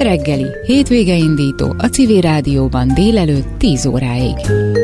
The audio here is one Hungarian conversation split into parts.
Reggeli, hétvége indító a Civil Rádióban délelőtt 10 óráig.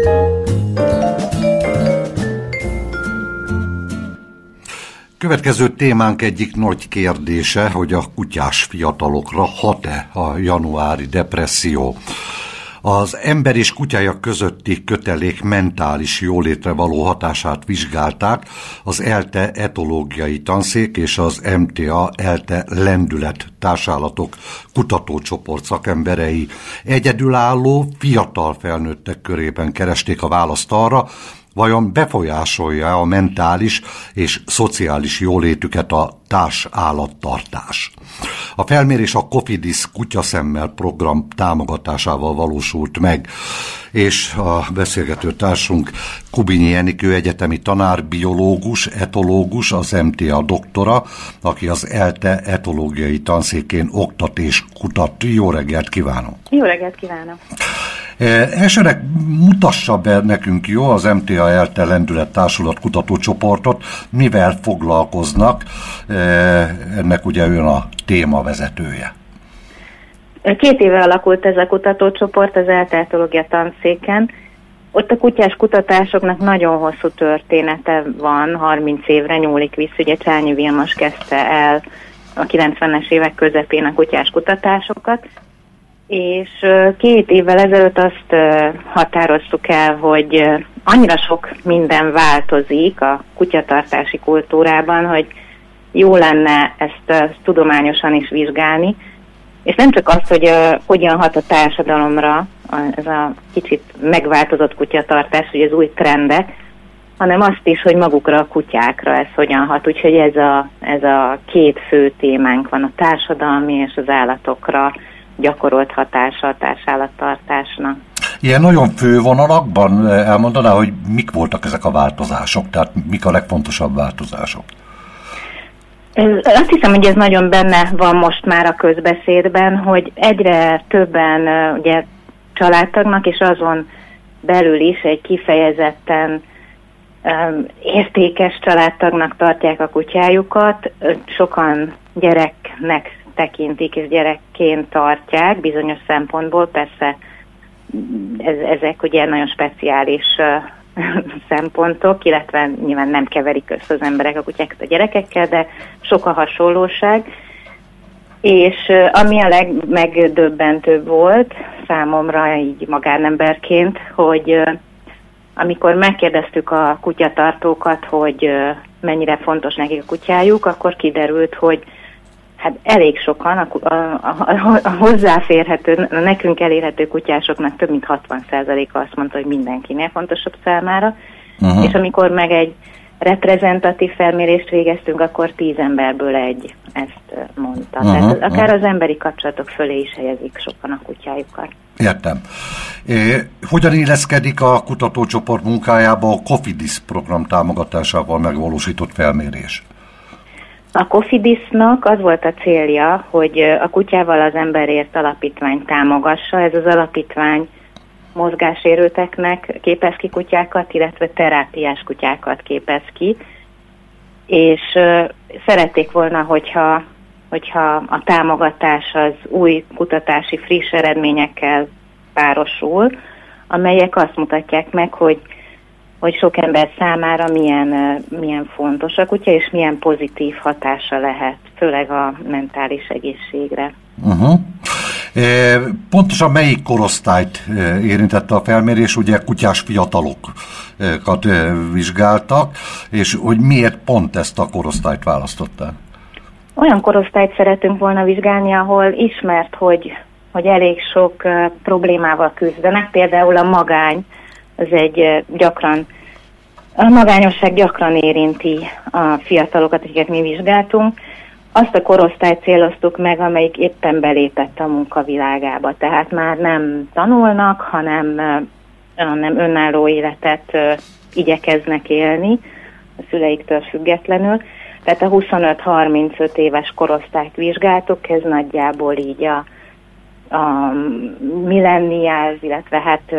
Következő témánk egyik nagy kérdése, hogy a kutyás fiatalokra hat-e a januári depresszió. Az ember és kutyája közötti kötelék mentális jólétre való hatását vizsgálták az ELTE etológiai tanszék és az MTA ELTE lendület társállatok kutatócsoport szakemberei. Egyedülálló, fiatal felnőttek körében keresték a választ arra, vajon befolyásolja a mentális és szociális jólétüket a társállattartás. A felmérés a Cofidis kutyaszemmel program támogatásával valósult meg, és a beszélgető társunk Kubinyi Enikő egyetemi tanár, biológus, etológus, az MTA doktora, aki az ELTE etológiai tanszékén oktat és kutat. Jó reggelt kívánok! Jó reggelt kívánok! Elsőnek mutassa be nekünk, jó, az MTA ELTE lendület társulat kutatócsoportot, mivel foglalkoznak, ennek ugye ön a témavezetője. 2 éve alakult ez a kutatócsoport az ELTE etológia tanszéken. Ott a kutyás kutatásoknak nagyon hosszú története van, 30 évre nyúlik vissza, ugye Csányi Vilmos kezdte el a 90-es évek közepén a kutyás kutatásokat, és 2 évvel ezelőtt azt határoztuk el, hogy annyira sok minden változik a kutyatartási kultúrában, hogy jó lenne ezt tudományosan is vizsgálni, és nem csak azt, hogy hogyan hat a társadalomra ez a kicsit megváltozott kutyatartás, hogy az új trendek, hanem azt is, hogy magukra a kutyákra ez hogyan hat. Úgyhogy ez a 2 fő témánk van, a társadalmi és az állatokra gyakorolt hatása a társállattartásnak. Ilyen nagyon fővonalakban elmondaná, hogy mik voltak ezek a változások, tehát mik a legfontosabb változások? Azt hiszem, hogy ez nagyon benne van most már a közbeszédben, hogy egyre többen ugye családtagnak és azon belül is egy kifejezetten értékes családtagnak tartják a kutyájukat. Sokan gyereknek tekintik és gyerekként tartják bizonyos szempontból, persze ezek ugye nagyon speciális szempontok, illetve nyilván nem keverik össze az emberek a kutyákat a gyerekekkel, de sok a hasonlóság. És ami a legmegdöbbentőbb volt számomra így magánemberként, hogy amikor megkérdeztük a kutyatartókat, hogy mennyire fontos nekik a kutyájuk, akkor kiderült, hogy hát elég sokan a hozzáférhető, a nekünk elérhető kutyásoknak több mint 60%-a azt mondta, hogy mindenkinél fontosabb számára, és amikor meg egy reprezentatív felmérést végeztünk, akkor 10 emberből 1 ezt mondta. Tehát akár az emberi kapcsolatok fölé is helyezik sokan a kutyájukat. Értem. Hogyan illeszkedik a kutatócsoport munkájába a Cofidis program támogatásával megvalósított felmérés? A Cofidisnak az volt a célja, hogy a Kutyával az Emberért alapítvány támogassa. Ez az alapítvány mozgássérülteknek képez ki kutyákat, illetve terápiás kutyákat képez ki. És szerették volna, hogyha a támogatás az új kutatási friss eredményekkel párosul, amelyek azt mutatják meg, hogy sok ember számára milyen fontos a kutya, és milyen pozitív hatása lehet, főleg a mentális egészségre. Pontosan melyik korosztályt érintette a felmérés? Ugye kutyás fiatalokat vizsgáltak, és hogy miért pont ezt a korosztályt választották? Olyan korosztályt szeretünk volna vizsgálni, ahol ismert, hogy elég sok problémával küzdenek, például a magány, a magányosság gyakran érinti a fiatalokat, akiket mi vizsgáltunk. Azt a korosztályt céloztuk meg, amelyik éppen belépett a munkavilágába, tehát már nem tanulnak, hanem önálló életet igyekeznek a szüleiktől függetlenül. Tehát a 25-35 éves korosztályt vizsgáltuk, ez nagyjából így a millennials, illetve hát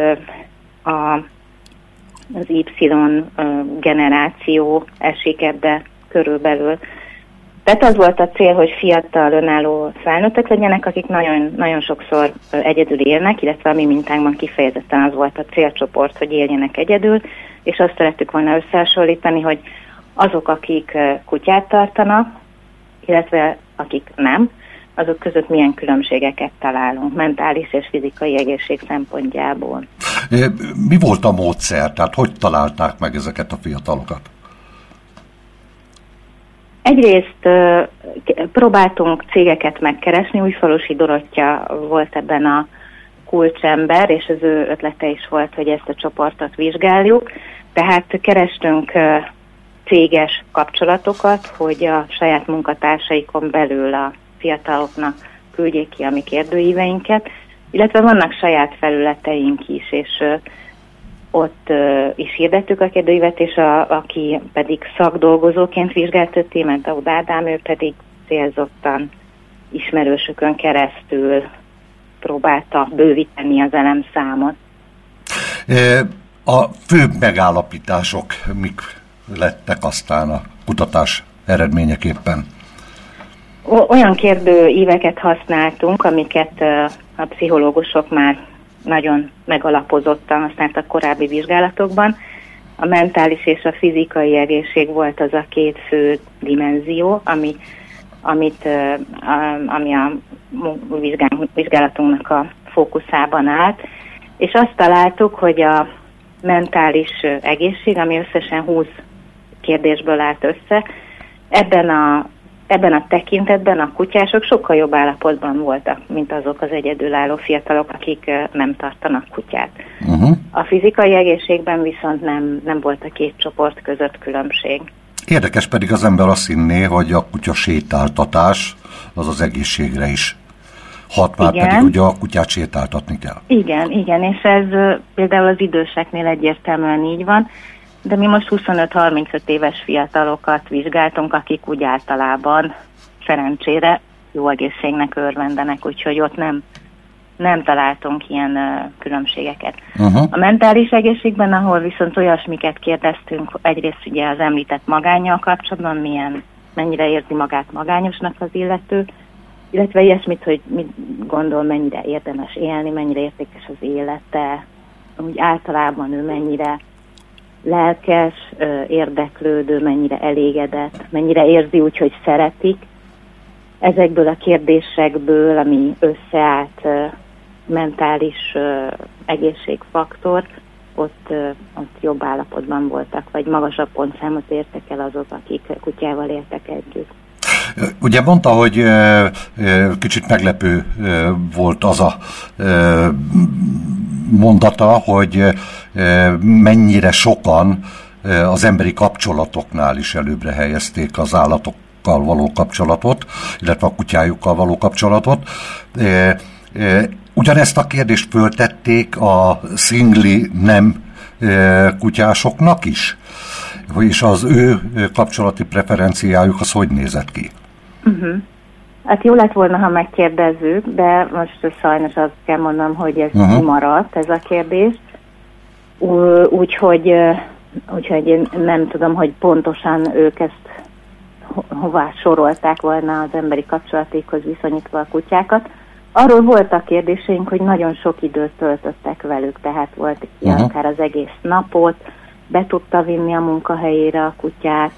az Y generáció esik ebbe körülbelül. Tehát az volt a cél, hogy fiatal, önálló felnőttek legyenek, akik nagyon, nagyon sokszor egyedül élnek, illetve a mi mintánkban kifejezetten az volt a célcsoport, hogy éljenek egyedül, és azt szerettük volna összehasonlítani, hogy azok, akik kutyát tartanak, illetve akik nem, azok között milyen különbségeket találunk mentális és fizikai egészség szempontjából. Mi volt a módszer? Tehát hogy találták meg ezeket a fiatalokat? Egyrészt próbáltunk cégeket megkeresni, Újfalusi Dorottya volt ebben a kulcsember, és az ő ötlete is volt, hogy ezt a csoportot vizsgáljuk. Tehát kerestünk céges kapcsolatokat, hogy a saját munkatársaikon belül a fiataloknak küldjék ki a mi kérdőíveinket, illetve vannak saját felületeink is, és ott is hirdettük a kérdőívet, és aki pedig szakdolgozóként vizsgált a témát, Daud Ádám, ő pedig célzottan ismerősökön keresztül próbálta bővíteni az elemszámot. A fő megállapítások mik lettek aztán a kutatás eredményeképpen? Olyan kérdőíveket használtunk, amiket a pszichológusok már nagyon megalapozottan használtak korábbi vizsgálatokban. A mentális és a fizikai egészség volt az a két fő dimenzió, ami a vizsgálatunknak a fókuszában állt, és azt találtuk, hogy a mentális egészség, ami összesen 20 kérdésből állt össze, ebben a tekintetben a kutyások sokkal jobb állapotban voltak, mint azok az egyedülálló fiatalok, akik nem tartanak kutyát. A fizikai egészségben viszont nem volt a két csoport között különbség. Érdekes pedig az ember azt hinné, hogy a kutya sétáltatás az egészségre is hat, már pedig ugye a kutyát sétáltatni kell. Igen, és ez például az időseknél egyértelműen így van, de mi most 25-35 éves fiatalokat vizsgáltunk, akik úgy általában szerencsére jó egészségnek örvendenek, úgyhogy ott nem találtunk ilyen különbségeket. A mentális egészségben, ahol viszont olyasmiket kérdeztünk, egyrészt ugye az említett magánnyal kapcsolatban, mennyire érzi magát magányosnak az illető, illetve ilyesmit, hogy mit gondol, mennyire érdemes élni, mennyire értékes az élete, úgy általában ő mennyire lelkes, érdeklődő, mennyire elégedett, mennyire érzi úgy, hogy szeretik. Ezekből a kérdésekből, ami összeállt mentális egészségfaktor, ott jobb állapotban voltak, vagy magasabb pontszámot értek el azok, akik kutyával éltek együtt. Ugye mondta, hogy kicsit meglepő volt az a mondata, hogy mennyire sokan az emberi kapcsolatoknál is előbbre helyezték az állatokkal való kapcsolatot, illetve a kutyájukkal való kapcsolatot. Ugyanezt a kérdést föltették a szingli nem kutyásoknak is? És az ő kapcsolati preferenciájuk az hogy nézett ki? Hát jó lett volna, ha megkérdezzük, de most sajnos azt kell mondanom, hogy ez kimaradt, ez a kérdés. Úgyhogy én nem tudom, hogy pontosan ők ezt hová sorolták volna az emberi kapcsolatékhoz viszonyítva a kutyákat. Arról voltak kérdéseink, hogy nagyon sok időt töltöttek velük, tehát volt akár az egész napot, be tudta vinni a munkahelyére a kutyát,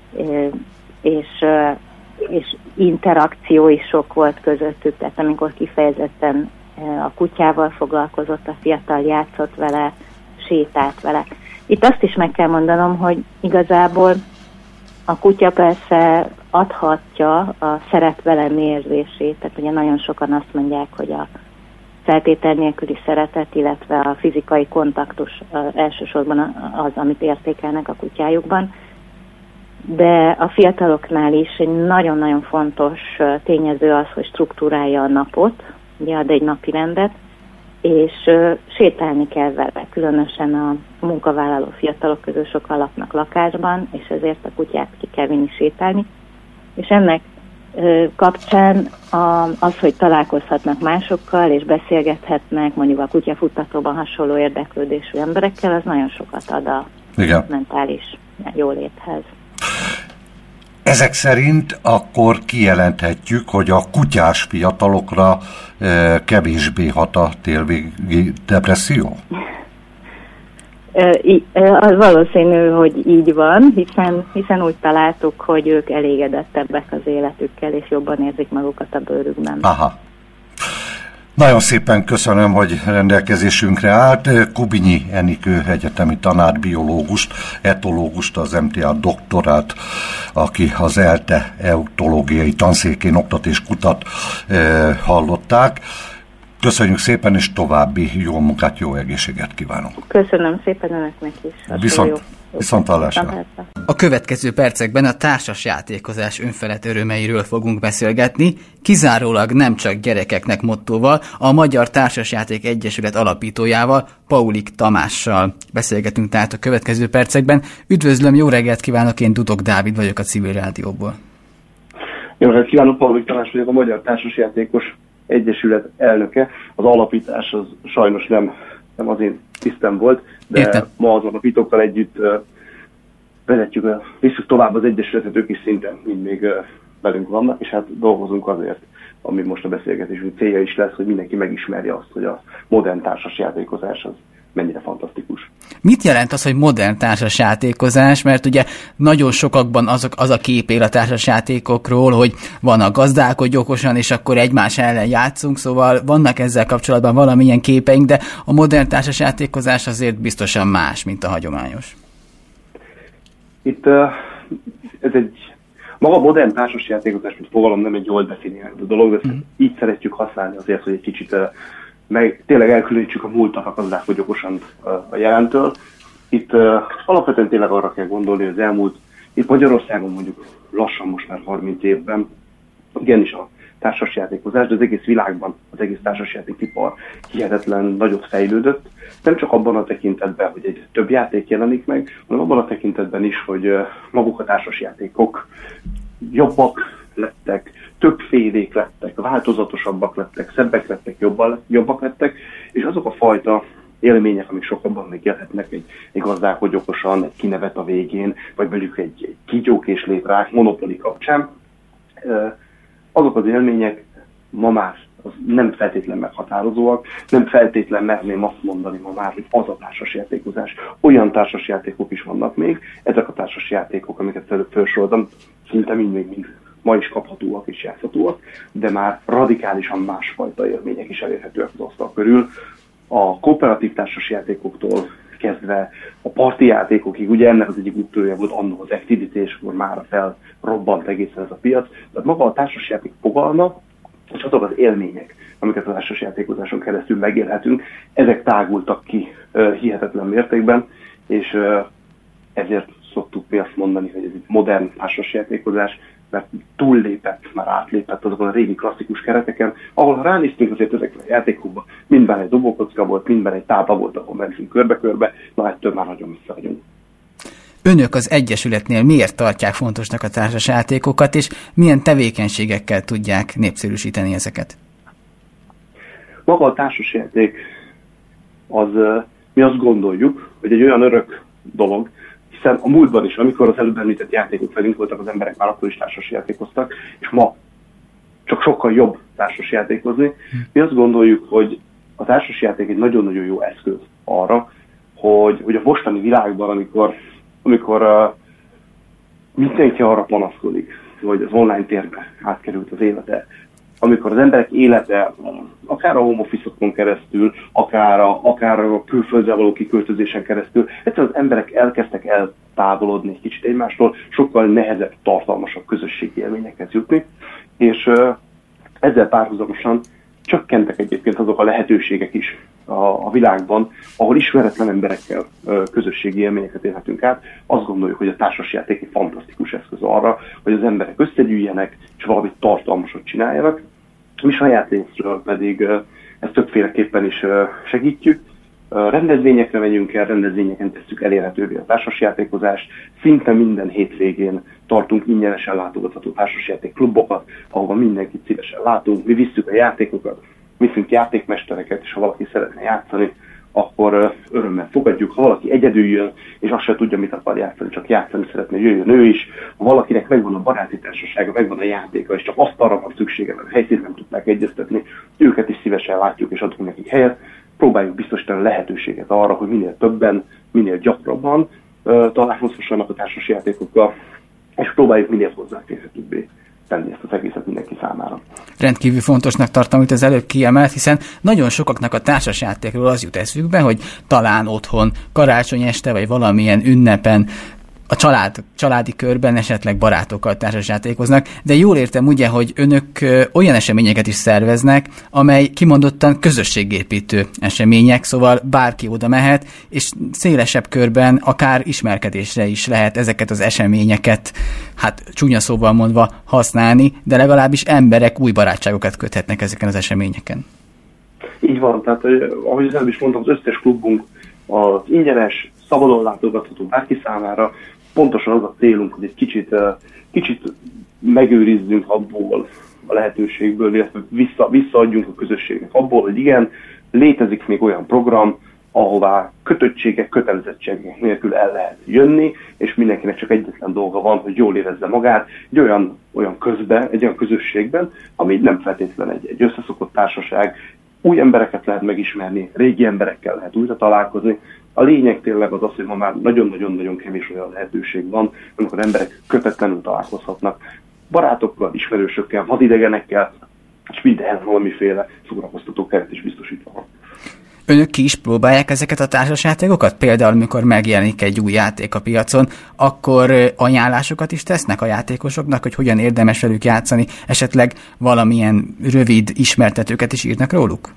és interakció is sok volt közöttük, tehát amikor kifejezetten a kutyával foglalkozott, a fiatal játszott vele, sétált vele. Itt azt is meg kell mondanom, hogy igazából a kutya persze adhatja a szeret velem érzését, tehát ugye nagyon sokan azt mondják, hogy a feltétel nélküli szeretet, illetve a fizikai kontaktus elsősorban az, amit értékelnek a kutyájukban. De a fiataloknál is egy nagyon-nagyon fontos tényező az, hogy struktúrálja a napot, ugye ad egy napi rendet, és sétálni kell vele, különösen a munkavállaló fiatalok közül sokan laknak lakásban, és ezért a kutyát ki kell vinni sétálni. És ennek kapcsán az, hogy találkozhatnak másokkal, és beszélgethetnek mondjuk a kutyafuttatóban hasonló érdeklődésű emberekkel, az nagyon sokat ad a mentális jóléthez. Ezek szerint akkor kijelenthetjük, hogy a kutyás fiatalokra kevésbé hat a télvégi depresszió? Az valószínű, hogy így van, hiszen úgy találtuk, hogy ők elégedettebbek az életükkel, és jobban érzik magukat a bőrükben. Aha. Nagyon szépen köszönöm, hogy rendelkezésünkre állt. Kubinyi Enikő egyetemi tanárbiológust, etológust, az MTA doktorát, aki az ELTE etológiai tanszékén oktat és kutat hallották. Köszönjük szépen, és további jó munkát, jó egészséget kívánok. Köszönöm szépen önöknek is. Viszonthallásra. A következő percekben a társasjátékozás önfelett örömeiről fogunk beszélgetni, kizárólag nem csak gyerekeknek mottóval, a Magyar Társasjáték Egyesület alapítójával, Paulik Tamással beszélgetünk tehát a következő percekben. Üdvözlöm, jó reggelt kívánok, én Dudok Dávid vagyok a Civil Rádióból. Jó reggelt kívánok, Paulik Tamás vagyok, a Magyar Társasjátékos Egyesület elnöke. Az alapítás az sajnos nem az én tisztem volt, de értem. Ma az alapítókkal együtt visszük tovább az Egyesületet, ők is szinten mind még velünk vannak, és hát dolgozunk azért, ami most a beszélgetésünk célja is lesz, hogy mindenki megismerje azt, hogy a modern társasjátékozás az mennyire fantasztikus. Mit jelent az, hogy modern társasjátékozás? Mert ugye nagyon sokakban az a kép él a társasjátékokról, hogy van a gazdálkodj okosan, és akkor egymás ellen játszunk, szóval vannak ezzel kapcsolatban valamilyen képeink, de a modern társasjátékozás azért biztosan más, mint a hagyományos. Itt maga a modern társasjátékozás, mint fogalom, nem egy jól definiált dolog, de így szeretjük használni azért, hogy egy kicsit tényleg elkülönítsük a múltat, a gazdálkodj okosan a jelentől. Itt alapvetően tényleg arra kell gondolni, hogy az elmúlt, itt Magyarországon mondjuk lassan most már 30 évben, igenis a társasjátékozás, de az egész világban az egész társasjátékipar hihetetlen nagyot fejlődött. Nem csak abban a tekintetben, hogy egy több játék jelenik meg, hanem abban a tekintetben is, hogy maguk a társasjátékok jobbak lettek, többfélék lettek, változatosabbak lettek, szebbek lettek, jobbak lettek, és azok a fajta élmények, amik sokabban megélhetnek egy gazdálkodj okosan, egy kinevet a végén, vagy mondjuk egy kígyókés létrák, Monopoly kapcsán, azok az élmények ma már nem feltétlenül meghatározóak, nem feltétlenül merném azt mondani ma már, hogy az a társasjátékozás. Olyan társasjátékok is vannak még, ezek a társasjátékok, amiket előbb felsoroltam, szinte mind ma is kaphatóak és játszhatóak, de már radikálisan másfajta élmények is elérhetőek az asztal körül. A kooperatív társasjátékoktól kezdve a parti játékokig, ugye ennek az egyik úttörője volt annak az Activity, és akkor már felrobbant egészen ez a piac. Tehát maga a társasjáték fogalma, és azok az élmények, amiket a társasjátékozáson keresztül megélhetünk, ezek tágultak ki hihetetlen mértékben, és ezért szoktuk mi azt mondani, hogy ez egy modern társasjátékozás, mert már átlépett azokon a régi klasszikus kereteken, ahol ha ránéztünk azért ezekre a játékokba, mindben egy dobókocka volt, mindben egy tábla volt, ahol mentünk körbe-körbe, na ettől már nagyon vissza vagyunk. Önök az Egyesületnél miért tartják fontosnak a társasjátékokat, és milyen tevékenységekkel tudják népszerűsíteni ezeket? Maga a társasjáték, mi azt gondoljuk, hogy egy olyan örök dolog, hiszen a múltban is, amikor az előbb említett játékok velünk voltak, az emberek már akkor is társasjátékoztak, és ma csak sokkal jobb társasjátékozni. Mi azt gondoljuk, hogy a társasjáték egy nagyon-nagyon jó eszköz arra, hogy a mostani világban, amikor mindenki arra panaszkodik, hogy az online térbe átkerült az élete, amikor az emberek élete, akár a home office-okon keresztül, akár a külföldre való kiköltözésen keresztül, egyszerűen az emberek elkezdtek eltávolodni egy kicsit egymástól, sokkal nehezebb, tartalmasabb közösségi élményekhez jutni, és ezzel párhuzamosan csökkentek egyébként azok a lehetőségek is a világban, ahol ismeretlen emberekkel közösségi élményeket élhetünk át. Azt gondoljuk, hogy a társasjáték egy fantasztikus eszköz arra, hogy az emberek összegyűjjenek, és valamit tartalmasat csináljanak. Mi saját részről pedig ezt többféleképpen is segítjük. Rendezvényekre megyünk el, rendezvényeken tesszük elérhetővé a társasjátékozást. Szinte minden hétvégén tartunk ingyenesen látogatható társasjátékklubokat, ahova mindenkit szívesen látunk. Mi visszük a játékokat, viszünk játékmestereket, és ha valaki szeretne játszani, akkor örömmel fogadjuk. Ha valaki egyedül jön, és azt sem tudja, mit akar játszani, csak játszani szeretne, jöjjön ő is. Ha valakinek megvan a baráti társasága, megvan a játéka, és csak azt arra van szüksége, mert a helyszínt nem tudták egyeztetni, őket is szívesen látjuk, és adunk nekik helyet. Próbáljuk biztosítani lehetőséget arra, hogy minél többen, minél gyakrabban találkozhassanak a társas játékokkal, és próbáljuk minél hozzáférhetőbbé tenni ezt az egészet mindenki számára. Rendkívül fontosnak tartom, amit az előbb kiemelt, hiszen nagyon sokaknak a társasjátékról az jut eszükbe, hogy talán otthon, karácsony este, vagy valamilyen ünnepen a családi körben esetleg barátokkal társasjátékoznak, de jól értem ugye, hogy önök olyan eseményeket is szerveznek, amely kimondottan közösségépítő események, szóval bárki oda mehet, és szélesebb körben akár ismerkedésre is lehet ezeket az eseményeket, hát csúnya szóval mondva használni, de legalábbis emberek új barátságokat köthetnek ezeken az eseményeken. Így van, tehát ahogy az előbb is mondtam, az összes klubunk az ingyenes, szabadon látogatható bárki számára. Pontosan az a célunk, hogy egy kicsit megőrizzünk abból a lehetőségből, illetve visszaadjunk a közösségnek abból, hogy igen, létezik még olyan program, ahová kötöttségek, kötelezettségek nélkül el lehet jönni, és mindenkinek csak egyetlen dolga van, hogy jól érezze magát egy olyan közben, egy olyan közösségben, ami nem feltétlenül egy összeszokott társaság. Új embereket lehet megismerni, régi emberekkel lehet újra találkozni. A lényeg tényleg az, hogy ma már nagyon-nagyon-nagyon kevés olyan lehetőség van, amikor emberek kötetlenül találkozhatnak barátokkal, ismerősökkel, vadidegenekkel, és minden valamiféle szórakoztató keret is biztosítva van. Önök ki is próbálják ezeket a társasjátékokat? Például, amikor megjelenik egy új játék a piacon, akkor ajánlásokat is tesznek a játékosoknak, hogy hogyan érdemes velük játszani, esetleg valamilyen rövid ismertetőket is írnak róluk?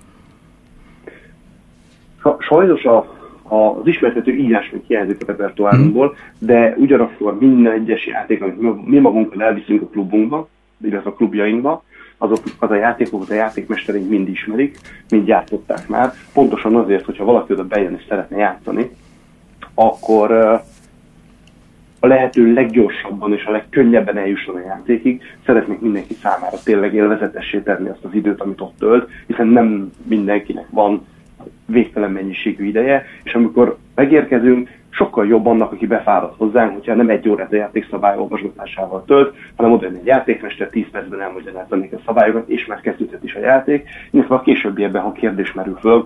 Sajnos az ismertető írás még hiányzik a repertoárunkból, de ugyanakkor minden egyes játék, amit mi magunkkal elviszünk a klubunkba, illetve a klubjainkba, azok a játékokat a játékmestereink mind ismerik, mind gyártották már. Pontosan azért, hogyha valaki oda bejön és szeretne játszani, akkor a lehető leggyorsabban és a legkönnyebben eljusson a játékig. Szeretnék mindenki számára tényleg élvezetessé tenni azt az időt, amit ott tölt, hiszen nem mindenkinek van végtelen mennyiségű ideje, és amikor megérkezünk, sokkal jobb annak, aki befárad hozzánk, hogyha nem egy órát a játékszabály olvasgatásával tölt, hanem oda egy játékmester 10 percben elmagyarázza a szabályokat, és már kezdődhet is a játék. Illetve a későbbiekben, ha kérdés merül föl,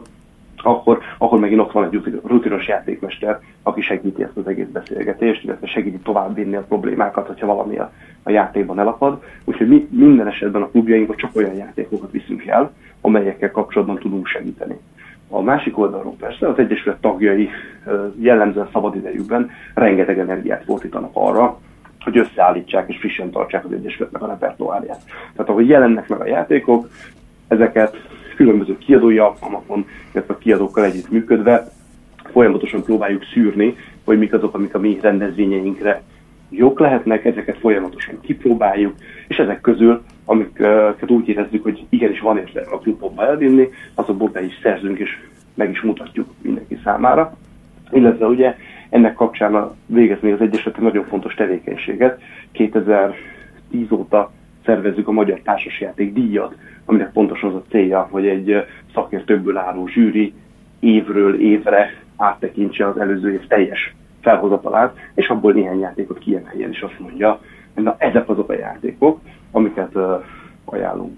akkor megint ott van egy rutinos játékmester, aki segíti ezt az egész beszélgetést, illetve segíti továbbvinni a problémákat, hogyha valami a játékban elakad. Úgyhogy mi minden esetben a klubjainkban csak olyan játékokat viszünk el, amelyekkel kapcsolatban tudunk segíteni. A másik oldalról persze az Egyesület tagjai jellemzően szabadidejükben rengeteg energiát fordítanak arra, hogy összeállítsák és frissen tartsák az Egyesületnek a repertoárját. Tehát ahogy jelennek meg a játékok, ezeket különböző kiadói alkalmakon, illetve a kiadókkal együtt működve folyamatosan próbáljuk szűrni, hogy mik azok, amik a mi rendezvényeinkre jók lehetnek, ezeket folyamatosan kipróbáljuk, és ezek közül, amiket úgy érezzük, hogy igenis van értelme a klubokba elvinni, azokból be is szerzünk, és meg is mutatjuk mindenki számára. Illetve ugye ennek kapcsán végez még az Egyesület egy nagyon fontos tevékenységet. 2010 óta szervezzük a Magyar Társasjáték díjat, aminek pontosan az a célja, hogy egy szakértőkből álló zsűri évről évre áttekintse az előző év teljes felhozatalát, és abból néhány játékot kiemeljen, és azt mondja, hogy na, ezek azok a játékok, amiket ajánlunk.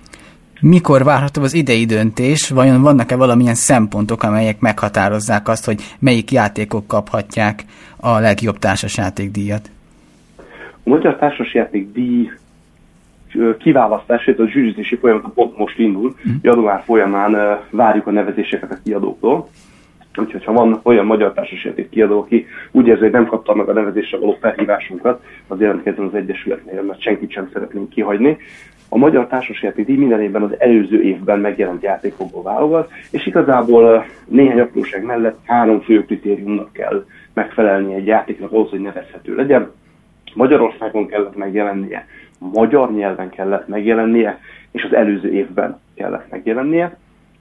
Mikor várható az idei döntés? Vajon vannak-e valamilyen szempontok, amelyek meghatározzák azt, hogy melyik játékok kaphatják a legjobb társasjátékdíjat? A Magyar Társasjáték díj kiválasztását, a zsűrizési folyamat pont most indul. Január folyamán várjuk a nevezéseket a kiadóktól. Úgyhogy ha van olyan magyar társasjáték kiadó, aki úgy érzi, hogy nem kapta meg a nevezésre való felhívásunkat, az jelentkezzen az Egyesületnél, mert senkit sem szeretnénk kihagyni. A Magyar Társasjáték díj minden évben az előző évben megjelent játékokból válogat, és igazából néhány apróság mellett 3 fő kritériumnak kell megfelelni egy játéknak ahhoz, hogy nevezhető legyen. Magyarországon kellett megjelennie, magyar nyelven kellett megjelennie, és az előző évben kellett megjelennie.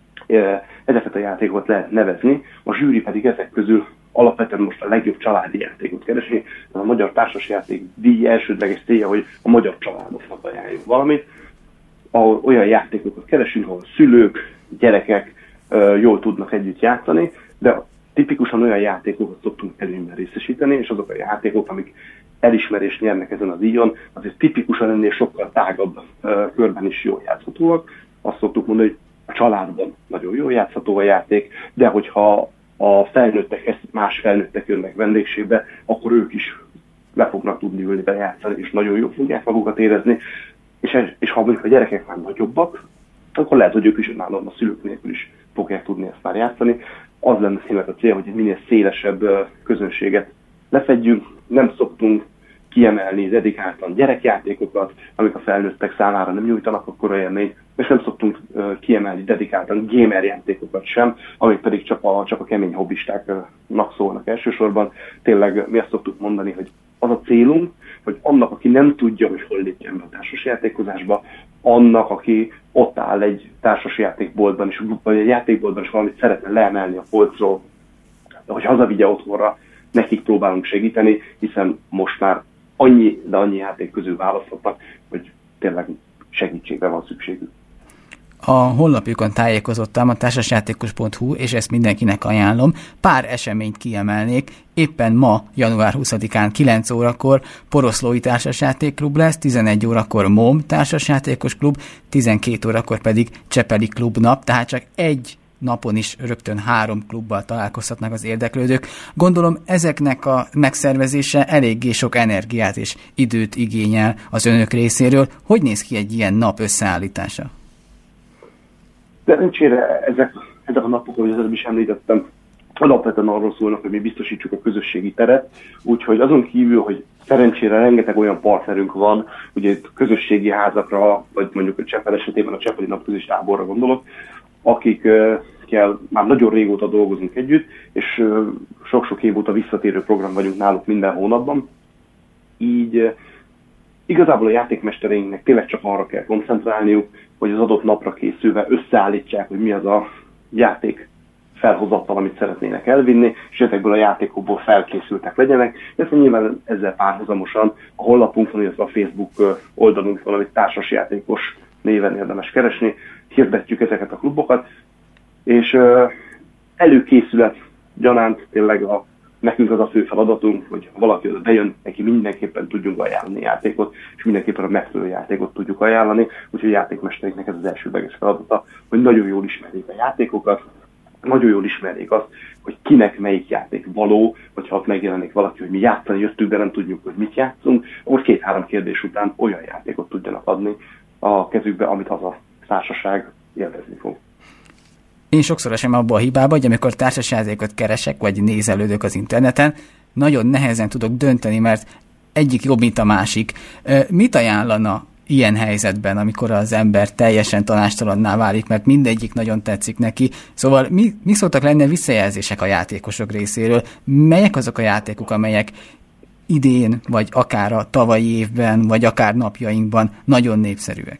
Ezeket a játékokat lehet nevezni, a zsűri pedig ezek közül alapvetően most a legjobb családi játékot keresni. A Magyar Társasjáték díj elsődleges célja, hogy a magyar családoknak ajánljuk valamit. Olyan játékokat keresünk, ahol szülők, gyerekek jól tudnak együtt játszani, de tipikusan olyan játékokat szoktunk előnyben részesíteni, és azok a játékok, amik elismerést nyernek ezen a díjon, azért tipikusan ennél sokkal tágabb körben is jól játszhatóak. Azt szoktuk mondani, hogy a családban nagyon jól játszható a játék, de hogyha a felnőttek, más felnőttek jönnek vendégségbe, akkor ők is le fognak tudni ülni vele játszani, és nagyon jól fogják magukat érezni. És ha mondjuk a gyerekek már nagyobbak, akkor lehet, hogy ők is önállóan a szülők nélkül is fogják tudni ezt már játszani. Az lenne tényleg a cél, hogy egy minél szélesebb közönséget lefedjünk. Nem szoktunk kiemelni dedikáltan gyerekjátékokat, amik a felnőttek számára nem nyújtanak akkora élményt, és nem szoktunk kiemelni dedikáltan gamer játékokat sem, amik pedig csak a kemény hobbistáknak szólnak elsősorban. Tényleg mi azt szoktuk mondani, hogy az a célunk, hogy annak, aki nem tudja, hogy hol lépjen be a társasjátékozásba, annak, aki ott áll egy társasjátékboltban, vagy egy játékboltban, és valamit szeretne leemelni a polcról, hogy hazavigye otthonra, nekik próbálunk segíteni, hiszen most már annyi játék közül választhatnak, hogy tényleg segítségre van szükségük. A honlapjukon tájékozottam, a társasjátékos.hu, és ezt mindenkinek ajánlom. Pár eseményt kiemelnék. Éppen ma, január 20-án 9 órakor Poroszlói Társasjátékklub lesz, 11 órakor MOM Társasjátékos Klub, 12 órakor pedig Csepeli Klubnap, tehát csak egy napon is rögtön 3 klubbal találkozhatnak az érdeklődők. Gondolom ezeknek a megszervezése eléggé sok energiát és időt igényel az önök részéről. Hogy néz ki egy ilyen nap összeállítása? Szerencsére ezek a napok, ahogy az is említettem, alapvetően arról szólnak, hogy mi biztosítsuk a közösségi teret, úgyhogy azon kívül, hogy szerencsére rengeteg olyan partnerünk van, ugye itt közösségi házakra, vagy mondjuk a Csepel esetében a Csepeli Napközis Táborra gondolok, akikkel már nagyon régóta dolgozunk együtt, és sok-sok év óta visszatérő program vagyunk náluk minden hónapban. Így igazából a játékmestereinknek tényleg csak arra kell koncentrálniuk, hogy az adott napra készülve összeállítsák, hogy mi az a játék felhozattal, amit szeretnének elvinni, és ezekből a játékokból felkészültek legyenek. Ezt nyilván ezzel párhuzamosan a honlapunkon, illetve a Facebook oldalunkon, amit társasjátékos néven érdemes keresni, hirdetjük ezeket a klubokat, és előkészület gyanánt tényleg nekünk az a fő feladatunk, hogy ha valaki oda bejön, neki mindenképpen tudjunk ajánlani játékot, és mindenképpen a megfelelő játékot tudjuk ajánlani, úgyhogy a játékmestereknek ez az elsődleges feladata, hogy nagyon jól ismerjék a játékokat, nagyon jól ismerjék azt, hogy kinek melyik játék való, hogyha ott megjelenik valaki, hogy mi játszani jöttünk, de nem tudjuk, hogy mit játszunk, akkor 2-3 kérdés után olyan játékot tudjanak adni a kezükbe, amit az a társaság élvezni fog. Én sokszor esem abba a hibába, hogy amikor társasjátékot keresek, vagy nézelődök az interneten, nagyon nehezen tudok dönteni, mert egyik jobb, mint a másik. Mit ajánlana ilyen helyzetben, amikor az ember teljesen tanástalanná válik, mert mindegyik nagyon tetszik neki? Szóval mi szoktak lenni a visszajelzések a játékosok részéről? Melyek azok a játékok, amelyek idén, vagy akár a tavalyi évben, vagy akár napjainkban nagyon népszerűek?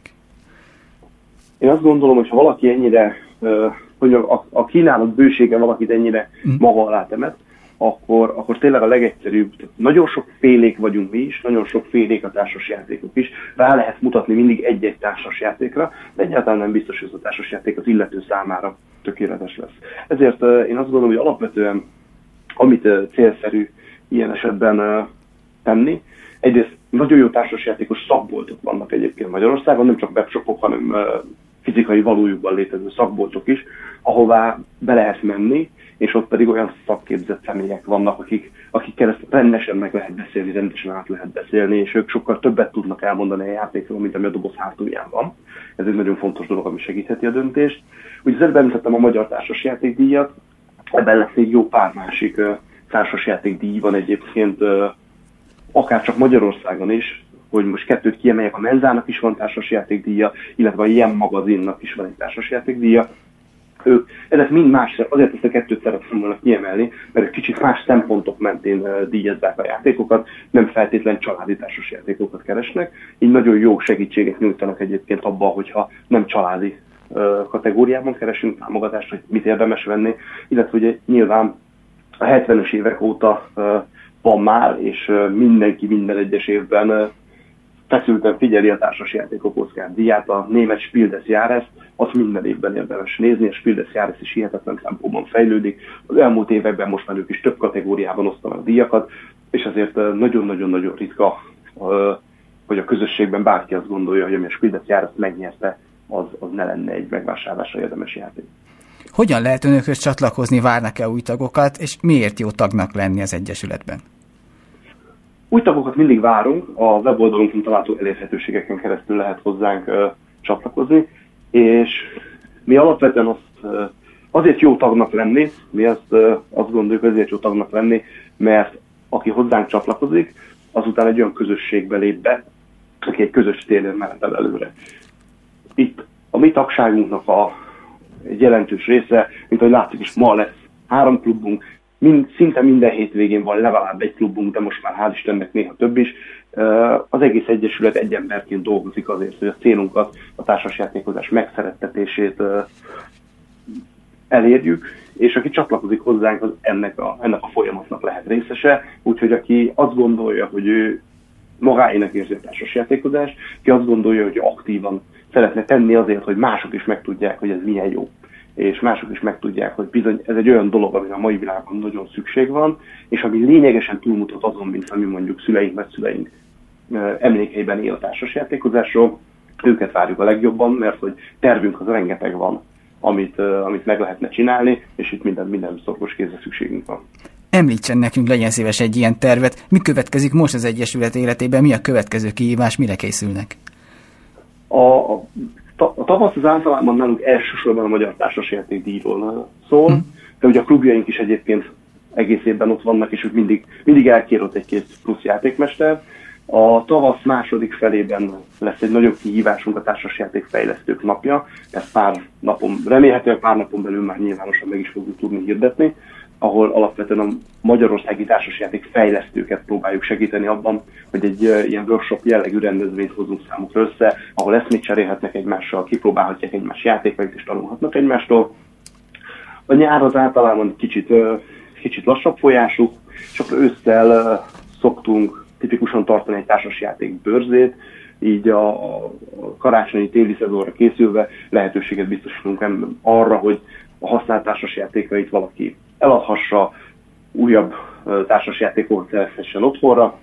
Én azt gondolom, hogy ha valaki ennyire, hogy a kínálat bősége valakit ennyire maga alá temet, akkor tényleg a legegyszerűbb, nagyon sok félék vagyunk mi is, nagyon sok félék a társasjátékok is, rá lehet mutatni mindig egy-egy társasjátékra, de egyáltalán nem biztos, hogy az a társasjáték az illető számára tökéletes lesz. Ezért én azt gondolom, hogy alapvetően amit célszerű ilyen esetben tenni, egyrészt nagyon jó társasjátékos szakboltok vannak egyébként Magyarországon, nem csak webshopok, hanem fizikai valójukban létező szakboltok is, ahová be lehet menni, és ott pedig olyan szakképzett személyek vannak, akikkel ezt rendesen meg lehet beszélni, rendesen át lehet beszélni, és ők sokkal többet tudnak elmondani a játékról, mint ami a doboz hátulján van. Ez egy nagyon fontos dolog, ami segítheti a döntést. Ugye az előbb említettem a Magyar Társasjátékdíjat, ebben lesz egy jó pár másik társasjátékdíj van egyébként, akár csak Magyarországon is, hogy most 2 kiemeljek, a Menzának is van társasjátékdíja, illetve a Jem magazinnak is van egy társasjátékdíja. Ezek mind más, azért ezt a 2 szeretném volna kiemelni, mert egy kicsit más szempontok mentén díjazzák a játékokat, nem feltétlen családi társasjátékokat keresnek, így nagyon jó segítséget nyújtanak egyébként abban, hogyha nem családi kategóriában keresünk támogatást, hogy mit érdemes venni, illetve ugye nyilván a 70-es évek óta van már, és mindenki minden egyes évben feszülten figyeli a társasjátékok Oscar díját, a német Spiel des Jahres, azt minden évben érdemes nézni, a Spiel des Jahres is hihetetlen tempóban fejlődik. Az elmúlt években most már ők is több kategóriában osztanak díjakat, és azért nagyon-nagyon-nagyon ritka, hogy a közösségben bárki azt gondolja, hogy ami a Spiel des Jahres megnyerte, az ne lenne egy megvásárlásra érdemes játék. Hogyan lehet önökhöz csatlakozni, várnak-e új tagokat, és miért jó tagnak lenni az Egyesületben? Új tagokat mindig várunk, a weboldalunkon található elérhetőségeken keresztül lehet hozzánk csatlakozni, és mi alapvetően azért jó tagnak lenni, mi azt gondoljuk, azért jó tagnak lenni, mert aki hozzánk csatlakozik, azután egy olyan közösségbe lép be, aki egy közös célért mehet el előre. Itt a mi tagságunknak egy jelentős része, mint ahogy látszik is, ma lesz 3 klubunk, szinte minden hétvégén van legalább egy klubunk, de most már hál' Istennek néha több is. Az egész egyesület egy emberként dolgozik azért, hogy a célunkat, a társasjátékozás megszerettetését elérjük, és aki csatlakozik hozzánk, az ennek a folyamatnak lehet részese, úgyhogy aki azt gondolja, hogy ő magáénak érzi a társasjátékozást, ki azt gondolja, hogy aktívan szeretne tenni azért, hogy mások is megtudják, hogy ez milyen jó, és mások is megtudják, hogy bizony ez egy olyan dolog, amire a mai világban nagyon szükség van, és ami lényegesen túlmutat azon, mint ami mondjuk szüleink, nagyszüleink emlékeiben él a társasjátékozásról. Őket várjuk a legjobban, mert hogy tervünk az rengeteg van, amit meg lehetne csinálni, és itt minden szorgos kézre szükségünk van. Említsen nekünk, legyen szíves egy ilyen tervet. Mi következik most az Egyesület életében, mi a következő kihívás, mire készülnek? A tavasz az általában nálunk elsősorban a Magyar Társasjátékdíjról szól, de ugye a klubjaink is egyébként egész évben ott vannak, és ők mindig elkérott egy-két plusz játékmester. A tavasz második felében lesz egy nagyobb kihívásunk, a Társasjátékfejlesztők napja. Ezt remélhetőleg pár napon belül már nyilvánosan meg is fogjuk tudni hirdetni, ahol alapvetően a magyarországi társasjátékfejlesztőket próbáljuk segíteni abban, hogy egy ilyen workshop jellegű rendezvényt hozunk számukra össze, ahol eszmét cserélhetnek egymással, kipróbálhatják egymás játékait és tanulhatnak egymástól. A nyár az általában kicsit lassabb folyású, csak ősszel szoktunk tipikusan tartani egy társasjáték bőrzét, így a karácsonyi téli szezonra készülve lehetőséget biztosítunk arra, hogy a használt társasjátékait valaki eladhassa, újabb társasjátékokat szerezhessen otthonra.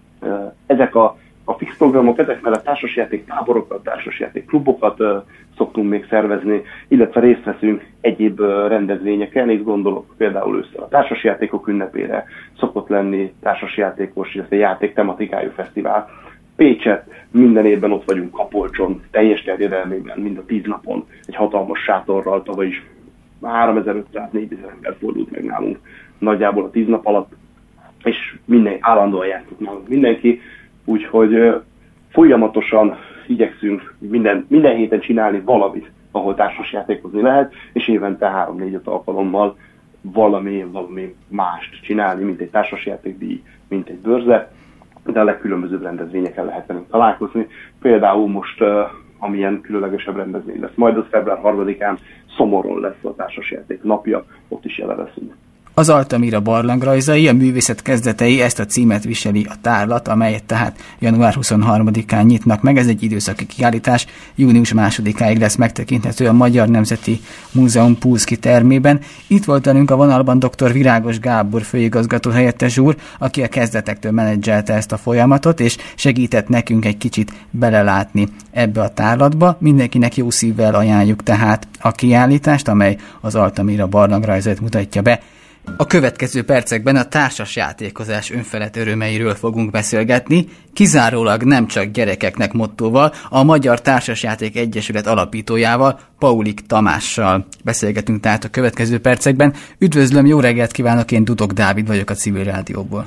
Ezek a fix programok, ezek mellett társasjáték táborokat, társasjáték klubokat szoktunk még szervezni, illetve részt veszünk egyéb rendezvényeken, és gondolok például ősszel a társasjátékok ünnepére, szokott lenni társasjátékos, illetve játék tematikájú fesztivál. Pécset, minden évben ott vagyunk Kapolcson, teljes terjedelmében, mind a 10 napon, egy hatalmas sátorral, tavaly is 3500-4000 ember fordult meg nálunk nagyjából a 10 nap alatt, és állandóan játszik nálunk mindenki, úgyhogy folyamatosan igyekszünk minden héten csinálni valamit, ahol társasjátékozni lehet, és évente 3-4-5 alkalommal valami mást csinálni, mint egy társasjátékdíj, mint egy bőrze, de a legkülönbözőbb rendezvényeken lehet velünk találkozni. Például most, amilyen különlegesebb rendezvény lesz, majd az február 3-án Szomoron lesz a társasjáték napja, ott is jelen leszünk. Az Altamira barlangrajzai, a művészet kezdetei, ezt a címet viseli a tárlat, amelyet tehát január 23-án nyitnak meg. Ez egy időszaki kiállítás, június 2-áig lesz megtekinthető a Magyar Nemzeti Múzeum Pulszky termében. Itt volt velünk a vonalban dr. Virágos Gábor főigazgató helyettes úr, aki a kezdetektől menedzselte ezt a folyamatot, és segített nekünk egy kicsit belelátni ebbe a tárlatba. Mindenkinek jó szívvel ajánljuk tehát a kiállítást, amely az Altamira barlangrajzait mutatja be. A következő percekben a társasjátékozás önfelett örömeiről fogunk beszélgetni, kizárólag nem csak gyerekeknek mottóval, a Magyar Társasjáték Egyesület alapítójával, Paulik Tamással beszélgetünk tehát a következő percekben. Üdvözlöm, jó reggelt kívánok, én Dudok Dávid vagyok a Civil Rádióból.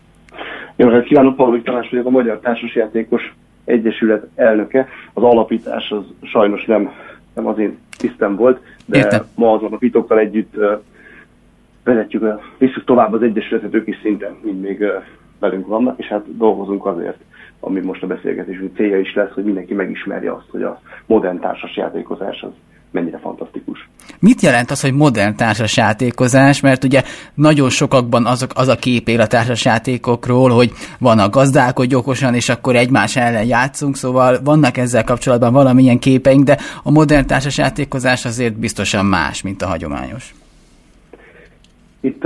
Jó reggelt kívánok, Paulik Tamás vagyok, a Magyar Társasjátékos Egyesület elnöke. Az alapítás az sajnos nem az én tisztem volt, de értem. Ma az alapítókkal együtt visszük tovább az Egyesületet, ők is szinten mind még velünk vannak, és hát dolgozunk azért, ami most a beszélgetésünk célja is lesz, hogy mindenki megismerje azt, hogy a modern társasjátékozás az mennyire fantasztikus. Mit jelent az, hogy modern társasjátékozás? Mert ugye nagyon sokakban az a kép él a társasjátékokról, hogy van a gazdálkodj okosan, és akkor egymás ellen játszunk, szóval vannak ezzel kapcsolatban valamilyen képeink, de a modern társasjátékozás azért biztosan más, mint a hagyományos. Itt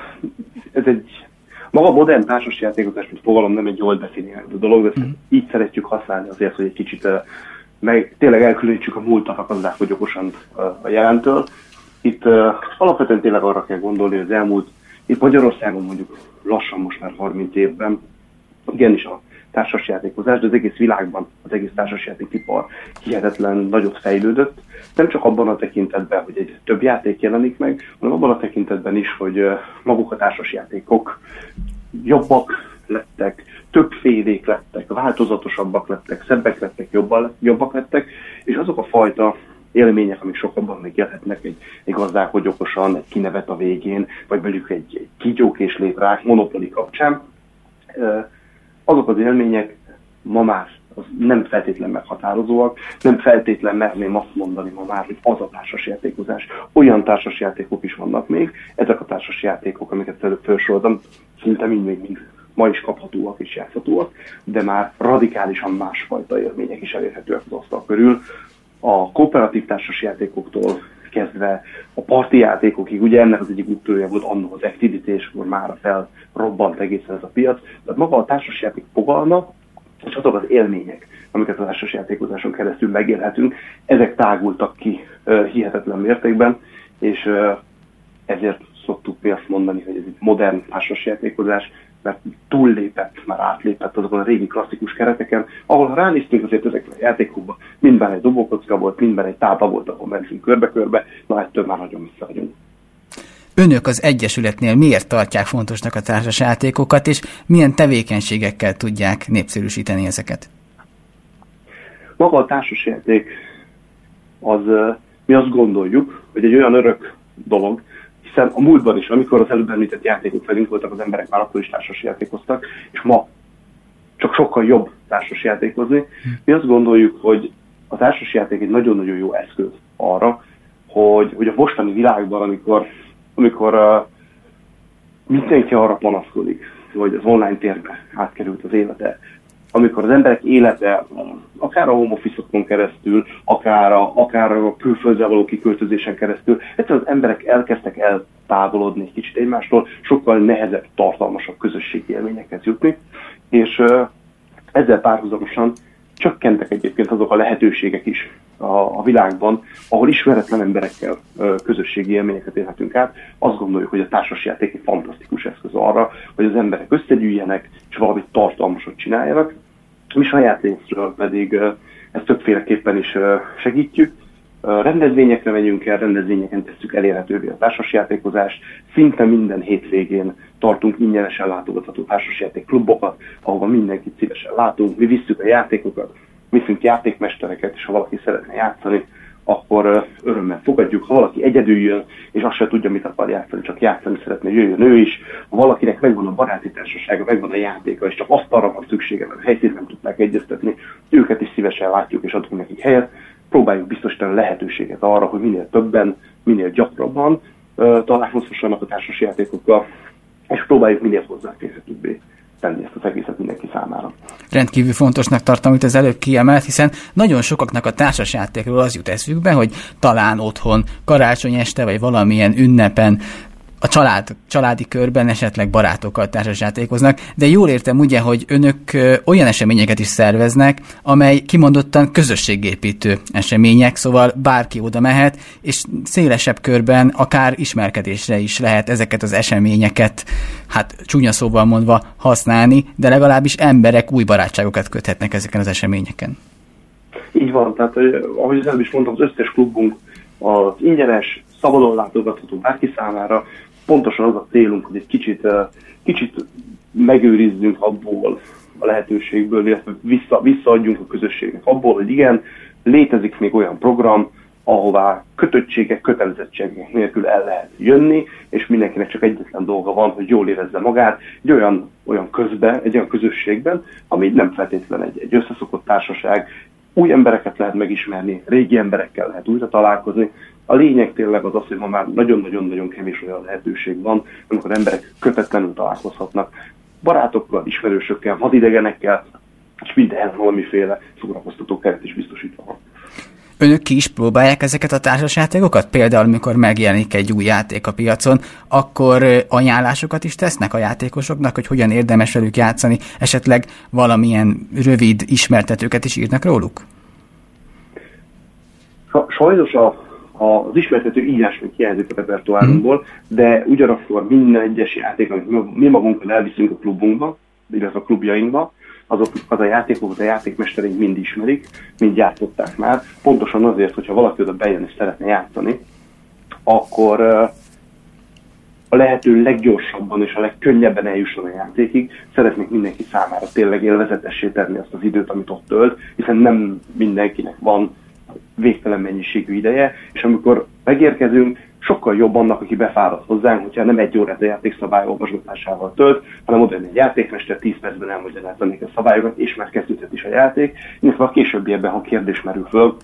maga a modern társasjátékozás, mint fogalom, nem egy jól definiált dolog, de így szeretjük használni azért, hogy egy kicsit tényleg elkülönítsük a múltat a gazdálkodj okosan a jelentől. Itt alapvetően tényleg arra kell gondolni, hogy az elmúlt, itt Magyarországon mondjuk lassan most már 30 évben, igenis a társasjátékozás, de az egész világban az egész társasjátékipar hihetetlen nagyot fejlődött. Nem csak abban a tekintetben, hogy egy több játék jelenik meg, hanem abban a tekintetben is, hogy maguk a társasjátékok jobbak lettek, többfélék lettek, változatosabbak lettek, szebbek lettek, jobbak lettek, és azok a fajta élmények, amik sokabban megjelenhetnek egy gazdálkodj okosan, egy kinevet a végén, vagy mondjuk egy kígyókés létrák, Monopoly kapcsán, azok az élmények ma már nem feltétlen meghatározóak, nem feltétlen merném azt mondani ma már, hogy az a társasjátékozás. Olyan társasjátékok is vannak még, ezek a társasjátékok, amiket előbb felsoroltam, szinte mind ma is kaphatóak és játszhatóak, de már radikálisan másfajta élmények is elérhetőek az asztal körül. A kooperatív társasjátékoktól kezdve a parti játékokig, ugye ennek az egyik úttörője volt annak az Activity, és akkor már felrobbant egészen ez a piac. Tehát maga a társasjáték fogalma, és azok az élmények, amiket a társasjátékozáson keresztül megélhetünk, ezek tágultak ki hihetetlen mértékben, és ezért szoktuk mi azt mondani, hogy ez egy modern társasjátékozás, mert már átlépett azokon a régi klasszikus kereteken, ahol ha ránéztünk azért ezekre a játékokba, mindben egy dobókocka volt, mindben egy tábla volt, ahol mentünk körbe-körbe, na ettől már nagyon messze vagyunk. Önök az Egyesületnél miért tartják fontosnak a társasjátékokat, és milyen tevékenységekkel tudják népszerűsíteni ezeket? Maga a társasjáték, mi azt gondoljuk, hogy egy olyan örök dolog, hiszen a múltban is, amikor az előbb említett játékok velünk voltak, az emberek már akkor is társasjátékoztak, és ma csak sokkal jobb társasjátékozni. Mi azt gondoljuk, hogy a társasjáték egy nagyon-nagyon jó eszköz arra, hogy a mostani világban, amikor mindenki arra panaszkodik, hogy az online térbe átkerült az élete, amikor az emberek élete, akár a home office-okon keresztül, akár a külföldre való kiköltözésen keresztül, egyszerűen az emberek elkezdtek eltávolodni egy kicsit egymástól, sokkal nehezebb, tartalmasabb közösségi élményekhez jutni, és ezzel párhuzamosan csökkentek egyébként azok a lehetőségek is a világban, ahol ismeretlen emberekkel közösségi élményeket élhetünk át. Azt gondoljuk, hogy a társasjáték egy fantasztikus eszköz arra, hogy az emberek összegyűjjenek, és valamit tartalmasat csináljanak. Mi saját részről pedig ezt többféleképpen is segítjük. Rendezvényekre megyünk el, rendezvényeken tesszük elérhetővé a társasjátékozást. Szinte minden hétvégén tartunk ingyenesen látogatható társasjáték klubokat, ahova mindenkit szívesen látunk. Mi visszük a játékokat, viszünk játékmestereket, és ha valaki szeretne játszani, akkor örömmel fogadjuk. Ha valaki egyedül jön, és azt se tudja, mit akar játszani, csak játszani szeretne, jöjjön ő is. Ha valakinek megvan a baráti társasága, megvan a játéka, és csak azt arra van szüksége, mert a helyszínt nem tudták egyeztetni, őket is szívesen látjuk, és adunk nekik helyet. Próbáljuk biztosítani lehetőséget arra, hogy minél többen, minél gyakrabban találkozhassanak a társasjátékokkal, és próbáljuk minél hozzáférhetőbbé tenni ezt az egészet mindenki számára. Rendkívül fontosnak tartom, amit az előbb kiemelt, hiszen nagyon sokaknak a társasjátékról az jut eszükbe, hogy talán otthon karácsony este, vagy valamilyen ünnepen a családi körben esetleg barátokkal társasjátékoznak, de jól értem ugye, hogy önök olyan eseményeket is szerveznek, amely kimondottan közösségépítő események, szóval bárki oda mehet, és szélesebb körben akár ismerkedésre is lehet ezeket az eseményeket, hát csúnya szóval mondva használni, de legalábbis emberek új barátságokat köthetnek ezeken az eseményeken. Így van, tehát ahogy az előbb is mondtam, az összes klubunk az ingyenes, szabadon látogatható bárki számára. Pontosan az a célunk, hogy egy kicsit megőrizzünk abból a lehetőségből, illetve visszaadjunk a közösségnek abból, hogy igen, létezik még olyan program, ahová kötöttségek, kötelezettségek nélkül el lehet jönni, és mindenkinek csak egyetlen dolga van, hogy jól érezze magát egy olyan közösségben, ami nem feltétlenül egy összeszokott társaság. Új embereket lehet megismerni, régi emberekkel lehet újra találkozni. A lényeg tényleg az, hogy ma már nagyon-nagyon-nagyon kevés olyan lehetőség van, amikor emberek kötetlenül találkozhatnak barátokkal, ismerősökkel, vadidegenekkel, és minden valamiféle szórakoztató keret is biztosítva van. Önök ki is próbálják ezeket a társasjátékokat? Például, amikor megjelenik egy új játék a piacon, akkor ajánlásokat is tesznek a játékosoknak, hogy hogyan érdemes velük játszani, esetleg valamilyen rövid ismertetőket is írnak róluk? Sajnos az ismertető írás még hiányzik a repertoárunkból, de ugyanakkor minden egyes játék, amit mi magunkkal elviszünk a klubunkba, illetve a klubjainkba, az a játékokat a játékmestereink mind ismerik, mind játszották már. Pontosan azért, hogyha valaki oda bejön és szeretne játszani, akkor a lehető leggyorsabban és a legkönnyebben eljusson a játékig. Szeretnék mindenki számára tényleg élvezetessé tenni azt az időt, amit ott tölt, hiszen nem mindenkinek van végtelen mennyiségű ideje, és amikor megérkezünk, sokkal jobb annak, aki befárad hozzánk, hogyha nem egy órát a játékszabály olvasgatásával tölt, hanem oda jön egy játékmester, 10 percben elmagyarázzanék a szabályokat, és már kezdődhet is a játék, illetve a későbbiekben, ha kérdés merül föl,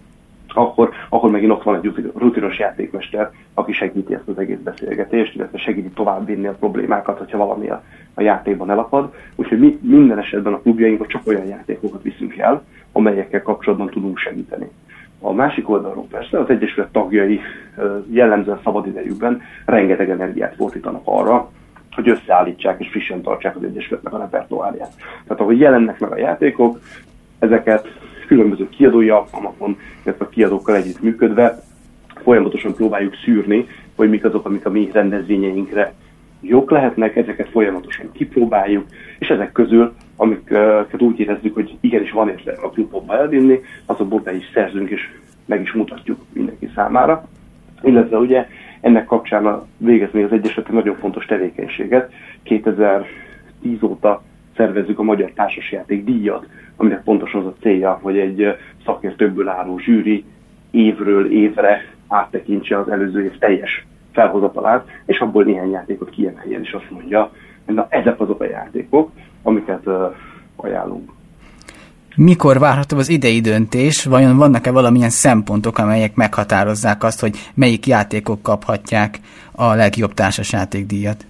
akkor megint ott van egy rutinos játékmester, aki segíti ezt az egész beszélgetést, illetve segíti továbbvinni a problémákat, hogyha valami a játékban elakad. Úgyhogy mi minden esetben a klubjainkban csak olyan játékokat viszünk el, amelyekkel kapcsolatban tudunk segíteni. A másik oldalról persze az Egyesület tagjai jellemzően szabadidejükben rengeteg energiát fordítanak arra, hogy összeállítsák és frissen tartsák az Egyesületnek a repertoárját. Tehát ahogy jelennek meg a játékok, ezeket különböző kiadói alkalmakon, illetve a kiadókkal együtt működve folyamatosan próbáljuk szűrni, hogy mik azok, amik a mi rendezvényeinkre jók lehetnek, ezeket folyamatosan kipróbáljuk, és ezek közül, amiket úgy érezzük, hogy igenis van értelme a klubokba elvinni, azokból be is szerzünk, és meg is mutatjuk mindenki számára. Illetve ugye ennek kapcsán végez még az Egyesület nagyon fontos tevékenységet. 2010 óta szervezzük a Magyar Társasjáték díjat, aminek pontosan az a célja, hogy egy szakértőkből álló zsűri évről évre áttekintse az előző év teljes felhozatalát, és abból néhány játékot kiemeljen, és azt mondja, hogy na, ezek azok a játékok, amiket ajánlunk. Mikor várható az idei döntés? Vajon vannak-e valamilyen szempontok, amelyek meghatározzák azt, hogy melyik játékok kaphatják a legjobb társasjátékdíjat?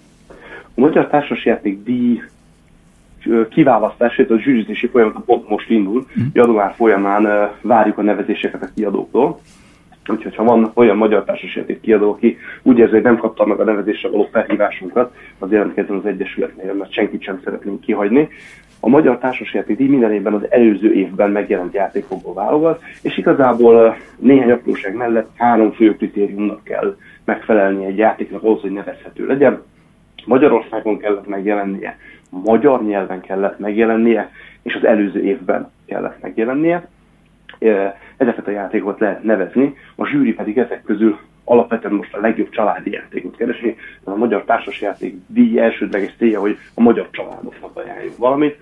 A Magyar Társasjáték díj kiválasztását, a zsűrizési folyamat pont most indul. Január folyamán várjuk a nevezéseket a kiadóktól. Úgyhogy ha van olyan magyar társasjáték kiadó, aki úgy érzi, hogy nem kapta meg a nevezésre való felhívásunkat, az jelentkezzen az Egyesületnél, mert senkit sem szeretnénk kihagyni. A Magyar Társasjáték díj minden évben az előző évben megjelent játékokból válogat, és igazából néhány apróság mellett 3 fő kritériumnak kell megfelelni egy játéknak ahhoz, hogy nevezhető legyen. Magyarországon kellett megjelennie, magyar nyelven kellett megjelennie, és az előző évben kellett megjelennie. Ezeket a játékokat lehet nevezni, a zsűri pedig ezek közül alapvetően most a legjobb családi játékot keresni. A Magyar Társasjáték díj elsődleges célja, hogy a magyar családoknak ajánljuk valamit.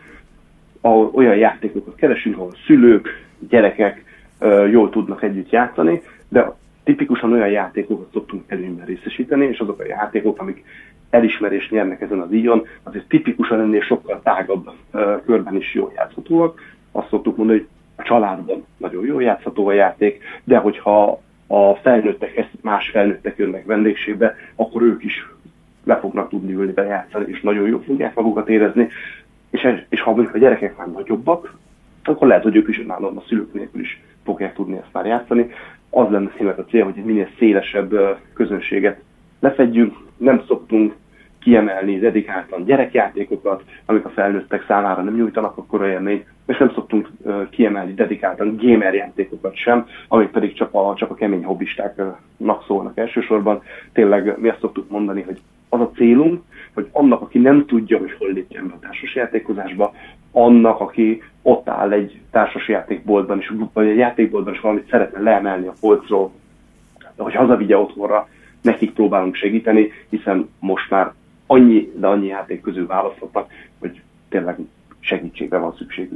Olyan játékokat keresünk, ahol szülők, gyerekek jól tudnak együtt játszani, de tipikusan olyan játékokat szoktunk előnyben részesíteni, és azok a játékok, amik elismerést nyernek ezen a díjon, azért tipikusan ennél sokkal tágabb körben is jól játszhatóak. Azt szoktuk mondani, hogy a családban nagyon jól játszható a játék, de hogyha a felnőttek, más felnőttek jönnek vendégségbe, akkor ők is le fognak tudni ülni bejátszani, és nagyon jól fogják magukat érezni. És ha a gyerekek már nagyobbak, akkor lehet, hogy ők is önállóan a szülők nélkül is fogják tudni ezt már játszani. Az lenne tényleg a cél, hogy egy minél szélesebb közönséget lefedjünk, nem szoktunk kiemelni dedikáltan gyerekjátékokat, amik a felnőttek számára nem nyújtanak akkora élményt, és nem szoktunk kiemelni dedikáltan gamer játékokat sem, amik pedig csak a kemény hobbistáknak szólnak elsősorban. Tényleg mi azt szoktuk mondani, hogy az a célunk, hogy annak, aki nem tudja, hogy hol lépjen be a társasjátékozásba, annak, aki ott áll egy társasjátékboltban, vagy egy játékboltban, és valamit szeretne leemelni a polcról, hogy hazavigye otthonra, nekik próbálunk segíteni, hiszen most már annyi játék közül választhatnak, hogy tényleg segítségre van szükségük.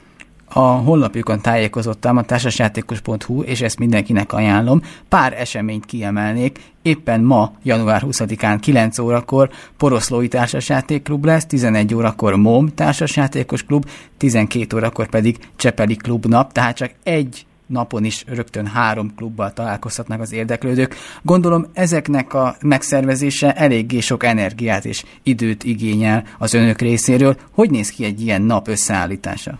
A honlapjukon tájékozottam, a társasjátékos.hu, és ezt mindenkinek ajánlom. Pár eseményt kiemelnék. Éppen ma, január 20-án 9 órakor Poroszlói Társasjátékklub lesz, 11 órakor MOM Társasjátékos klub, 12 órakor pedig Csepeli klubnap, tehát csak egy napon is rögtön 3 klubbal találkozhatnak az érdeklődők. Gondolom ezeknek a megszervezése eléggé sok energiát és időt igényel az önök részéről. Hogy néz ki egy ilyen nap összeállítása?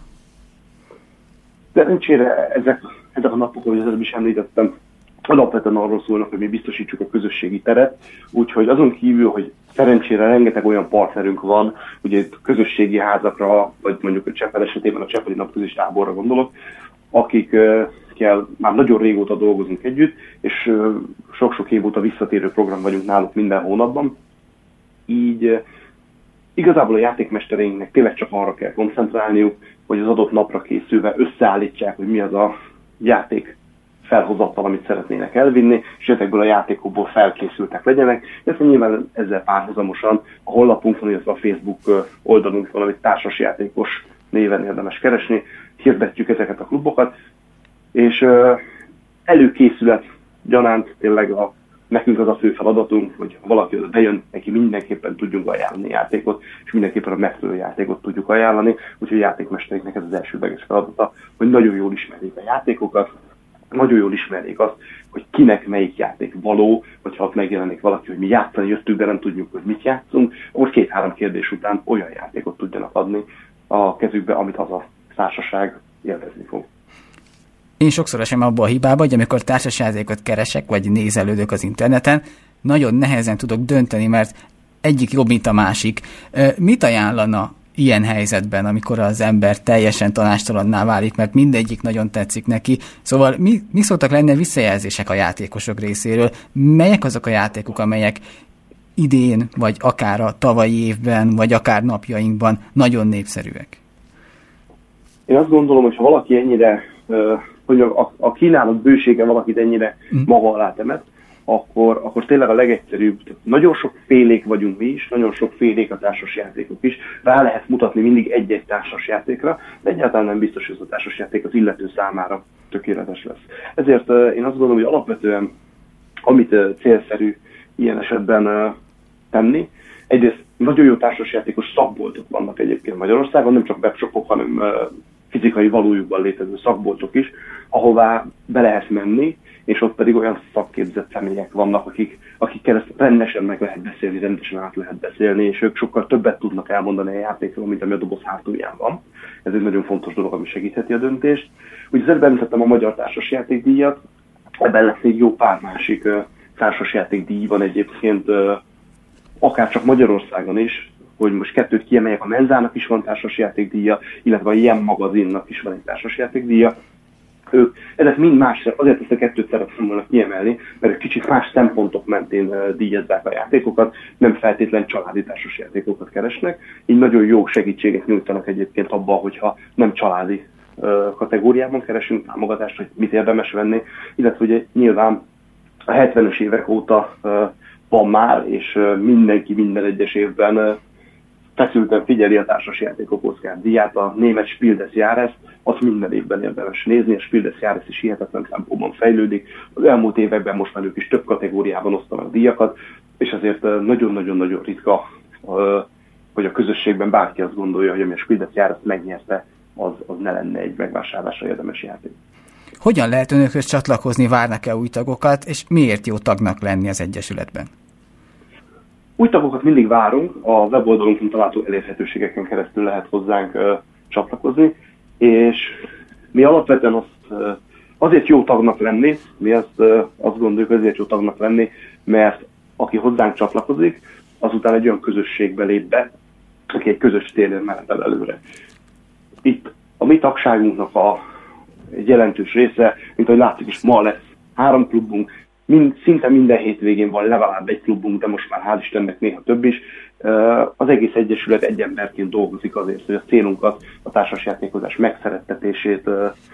Szerencsére ezek a napok, ahogy az is említettem, alapvetően arról szólnak, hogy mi biztosítsuk a közösségi teret, úgyhogy azon kívül, hogy szerencsére rengeteg olyan partnerünk van, ugye itt közösségi házakra, vagy mondjuk a Csepel esetében a Csepeli Napközis Táborra gondolok, akikkel már nagyon régóta dolgozunk együtt, és sok-sok év óta visszatérő program vagyunk náluk minden hónapban. Így igazából a játékmestereinknek tényleg csak arra kell koncentrálniuk, hogy az adott napra készülve összeállítsák, hogy mi az a játék felhozattal, amit szeretnének elvinni, és ezekből a játékokból felkészültek legyenek. Illetve nyilván ezzel párhuzamosan a honlapunkon, illetve a Facebook oldalunkon, amit társasjátékos néven érdemes keresni, hirdetjük ezeket a klubokat, és előkészület gyanánt tényleg nekünk az a fő feladatunk, hogy ha valaki oda bejön, neki mindenképpen tudjunk ajánlani játékot, és mindenképpen a megfelelő játékot tudjuk ajánlani, úgyhogy a játékmestereknek ez az elsődleges feladata, hogy nagyon jól ismerjék a játékokat, nagyon jól ismerjék azt, hogy kinek melyik játék való, vagy ha ott megjelenik valaki, hogy mi játszani jöttünk, de nem tudjuk, hogy mit játszunk, akkor 2-3 kérdés után olyan játékot tudjanak adni a kezükbe, amit az a társaság élvezni fog. Én sokszor esem abba a hibába, hogy amikor társasjátékot keresek, vagy nézelődök az interneten, nagyon nehezen tudok dönteni, mert egyik jobb, mint a másik. Mit ajánlana ilyen helyzetben, amikor az ember teljesen tanástalanná válik, mert mindegyik nagyon tetszik neki? Szóval mi szoktak lenni a visszajelzések a játékosok részéről? Melyek azok a játékok, amelyek idén, vagy akár a tavalyi évben, vagy akár napjainkban nagyon népszerűek? Én azt gondolom, hogy ha valaki ennyire, hogy a kínálat bősége valakit ennyire maga alá temet, akkor tényleg a legegyszerűbb, nagyon sok félék vagyunk mi is, nagyon sok félék a társasjátékok is, rá lehet mutatni mindig egy-egy társasjátékra, de egyáltalán nem biztos, hogy az a társasjáték az illető számára tökéletes lesz. Ezért én azt gondolom, hogy alapvetően, amit célszerű ilyen esetben tenni, egyrészt nagyon jó társasjátékos szakboltok vannak egyébként Magyarországon, nem csak webshopok, hanem fizikai valójukban létező szakboltok is, ahová be lehet menni, és ott pedig olyan szakképzett személyek vannak, akikkel ezt rendesen meg lehet beszélni, rendesen át lehet beszélni, és ők sokkal többet tudnak elmondani a játékról, mint ami a doboz hátulján van. Ez egy nagyon fontos dolog, ami segítheti a döntést. Ugye az előbb említettem a Magyar Társasjátékdíjat, ebben lesz még jó pár másik társasjátékdíj van egyébként, akár csak Magyarországon is, hogy most 2 kiemeljek, a Menzának is van társasjátékdíja, illetve a Jem magazinnak is van egy társasjátékdíja. Ezek mind más, azért ezt a 2 szeretném volna kiemelni, mert kicsit más szempontok mentén díjazzák a játékokat, nem feltétlen családi társasjátékokat keresnek, így nagyon jó segítséget nyújtanak egyébként abban, hogyha nem családi kategóriában keresünk támogatást, hogy mit érdemes venni, illetve ugye nyilván a 70-es évek óta van már, és mindenki minden egyes évben feszülten figyeli a társasjátékok Oscar díját, a német Spiel des Jahres, azt minden évben érdemes nézni, a Spiel des Jahres is hihetetlen tempóban fejlődik. Az elmúlt években most már ők is több kategóriában osztanak a díjakat, és azért nagyon-nagyon-nagyon ritka, hogy a közösségben bárki azt gondolja, hogy ami a Spiel des Jahres megnyerte, az ne lenne egy megvásárlásra érdemes játék. Hogyan lehet önökhöz csatlakozni, várnak-e új tagokat, és miért jó tagnak lenni az Egyesületben? Új tagokat mindig várunk, a weboldalunkon található elérhetőségeken keresztül lehet hozzánk csatlakozni, és mi alapvetően azért jó tagnak lenni, mi azt gondoljuk, azért jó tagnak lenni, mert aki hozzánk csatlakozik, azután egy olyan közösségbe lép be, aki egy közös célért mehet el előre. Itt a mi tagságunknak egy jelentős része, mint ahogy látszik is, ma lesz 3 klubunk, szinte minden hétvégén van legalább egy klubunk, de most már hál' Istennek néha több is. Az egész egyesület egy emberként dolgozik azért, hogy a célunkat, a társasjátékozás megszerettetését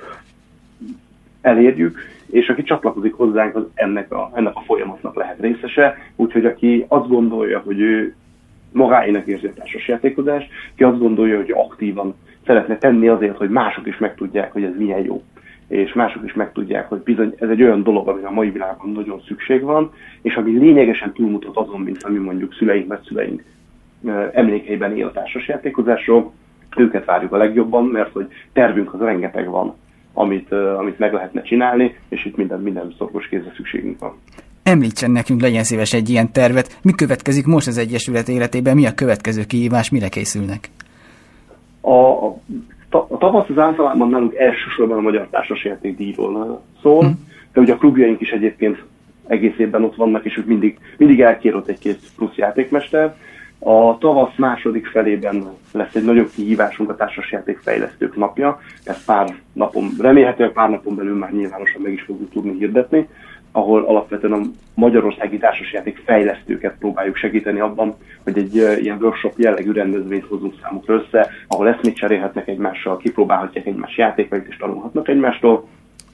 elérjük, és aki csatlakozik hozzánk, az ennek a folyamatnak lehet részese, úgyhogy aki azt gondolja, hogy ő magáénak érzi a társasjátékozást, ki azt gondolja, hogy aktívan szeretne tenni azért, hogy mások is megtudják, hogy ez milyen jó, és mások is megtudják, hogy bizony ez egy olyan dolog, ami a mai világban nagyon szükség van, és ami lényegesen túlmutat azon, mint ami mondjuk szüleink, nagyszüleink emlékeiben él a társasjátékozásról. Őket várjuk a legjobban, mert hogy tervünk az rengeteg van amit meg lehetne csinálni, és itt minden szorgos kézre szükségünk van. Említsen nekünk, legyen szíves egy ilyen tervet. Mi következik most az Egyesület életében? Mi a következő kihívás? Mire készülnek? A tavasz az általában nálunk elsősorban a Magyar Társasjátékdíjról szól, de ugye a klubjaink is egyébként egész évben ott vannak, és úgy mindig elkérott egy-két plusz játékmester. A tavasz második felében lesz egy nagyobb kihívásunk, a Társasjátékfejlesztők napja. Ezt remélhetőleg pár napon belül már nyilvánosan meg is fogjuk tudni hirdetni, ahol alapvetően a magyarországi társasjátékfejlesztőket próbáljuk segíteni abban, hogy egy ilyen workshop jellegű rendezvényt hozunk számukra össze, ahol eszmét cserélhetnek egymással, kipróbálhatják egymás játékait és tanulhatnak egymástól.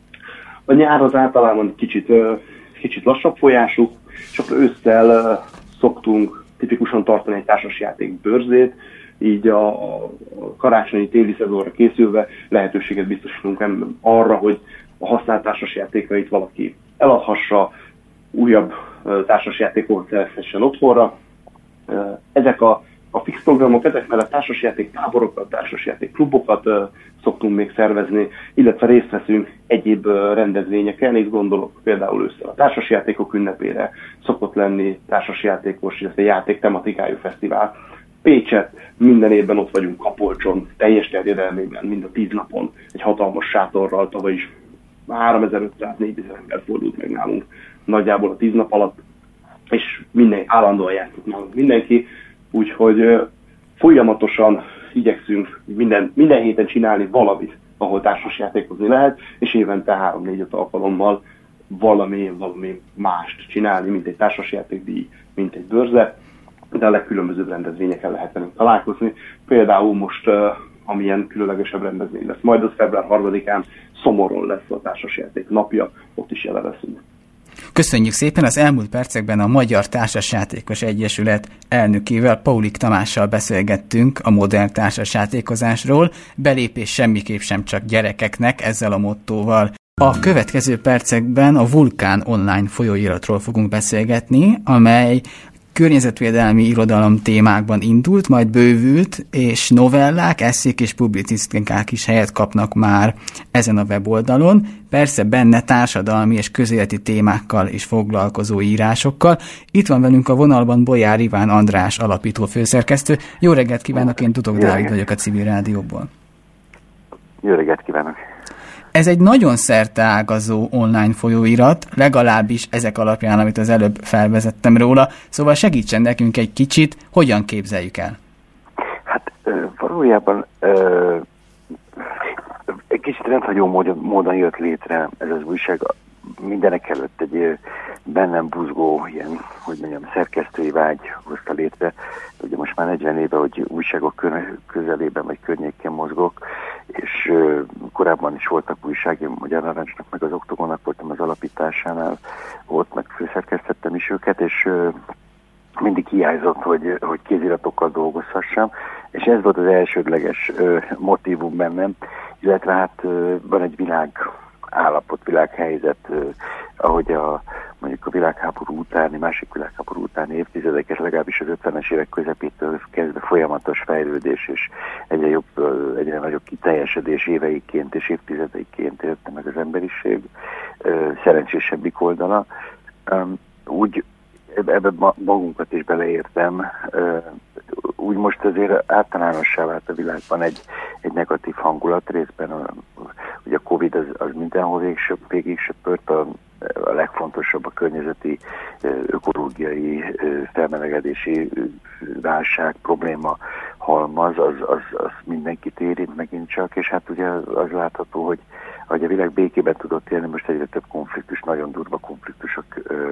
A nyár az általában kicsit lassabb folyású, és akkor ősszel szoktunk tipikusan tartani egy társasjáték bőrzét, így a karácsonyi téli szezonra készülve lehetőséget biztosítunk arra, hogy a használt társasjátékait valaki eladhassa, újabb társasjátékokat szerezhessen otthonra. Ezek a fix programok, ezek mellett társasjáték táborokat, társasjáték klubokat szoktunk még szervezni, illetve részt veszünk egyéb rendezvényeken, és gondolok például ősszel a társasjátékok ünnepére, szokott lenni társasjátékos, illetve játék tematikájú fesztivál. Pécset, minden évben ott vagyunk Kapolcson, teljes terjedelmében, mind a 10 napon, egy hatalmas sátorral, tavaly is 3500-4000 ember fordult meg nálunk nagyjából a 10 nap alatt, és állandóan játszik nálunk mindenki, úgyhogy folyamatosan igyekszünk minden héten csinálni valamit, ahol társasjátékozni lehet, és évente 3-4-5 alkalommal valami mást csinálni, mint egy társasjátékdíj, mint egy bőrze, de a legkülönbözőbb rendezvényeken lehet velünk találkozni. Például most, amilyen különlegesebb rendezvény lesz, majd az február 3-án Szomoron lesz a társasjáték napja, ott is jelen leszünk. Köszönjük szépen! Az elmúlt percekben a Magyar Társasjátékos Egyesület elnökével, Paulik Tamással beszélgettünk a modern társasjátékozásról. Belépés semmiképp sem csak gyerekeknek, ezzel a mottóval. A következő percekben a Vulkán online folyóiratról fogunk beszélgetni, amely környezetvédelmi irodalom témákban indult, majd bővült, és novellák, esszék és publicisztikák is helyet kapnak már ezen a weboldalon. Persze benne társadalmi és közéleti témákkal és foglalkozó írásokkal. Itt van velünk a vonalban Bolyár Iván András alapító főszerkesztő. Jó reggelt kívánok, én Tutok Dávid vagyok a Civil Rádióból. Jó reggelt kívánok! Ez egy nagyon szerteágazó online folyóirat, legalábbis ezek alapján, amit az előbb felvezettem róla, szóval segítsen nekünk egy kicsit, hogyan képzeljük el? Hát valójában egy kicsit rendhagyó módon jött létre ez az újság. Mindenek előtt egy bennem buzgó ilyen, hogy mondjam, szerkesztői vágy hozta létre. Ugye most már 40 éve, hogy újságok közelében vagy környéken mozgok, és korábban is voltak újság, én Magyar Narancsnak meg az Oktogonnak voltam az alapításánál, ott meg főszerkesztettem is őket, és mindig hiányzott, hogy kéziratokkal dolgozhassam, és ez volt az elsődleges motívum bennem, illetve hát van egy világhelyzet, ahogy mondjuk a világháború utáni, másik világháború utáni évtizedeket, legalábbis az 50-es évek közepétől kezdve folyamatos fejlődés és egyre nagyobb kiteljesedés éveiként és évtizedeiként élte meg az emberiség szerencsésebbik oldala. Úgy ebbe magunkat is beleértem, úgy most azért általánossá vált a világban egy negatív hangulat, részben ugye a Covid az mindenhol végig söpört, a legfontosabb a környezeti, ökológiai, felmelegedési válság, probléma halmaz, az mindenkit érint megint csak, és hát ugye az látható, hogy a világ békében tudott élni, most egyre több konfliktus, nagyon durva konfliktusok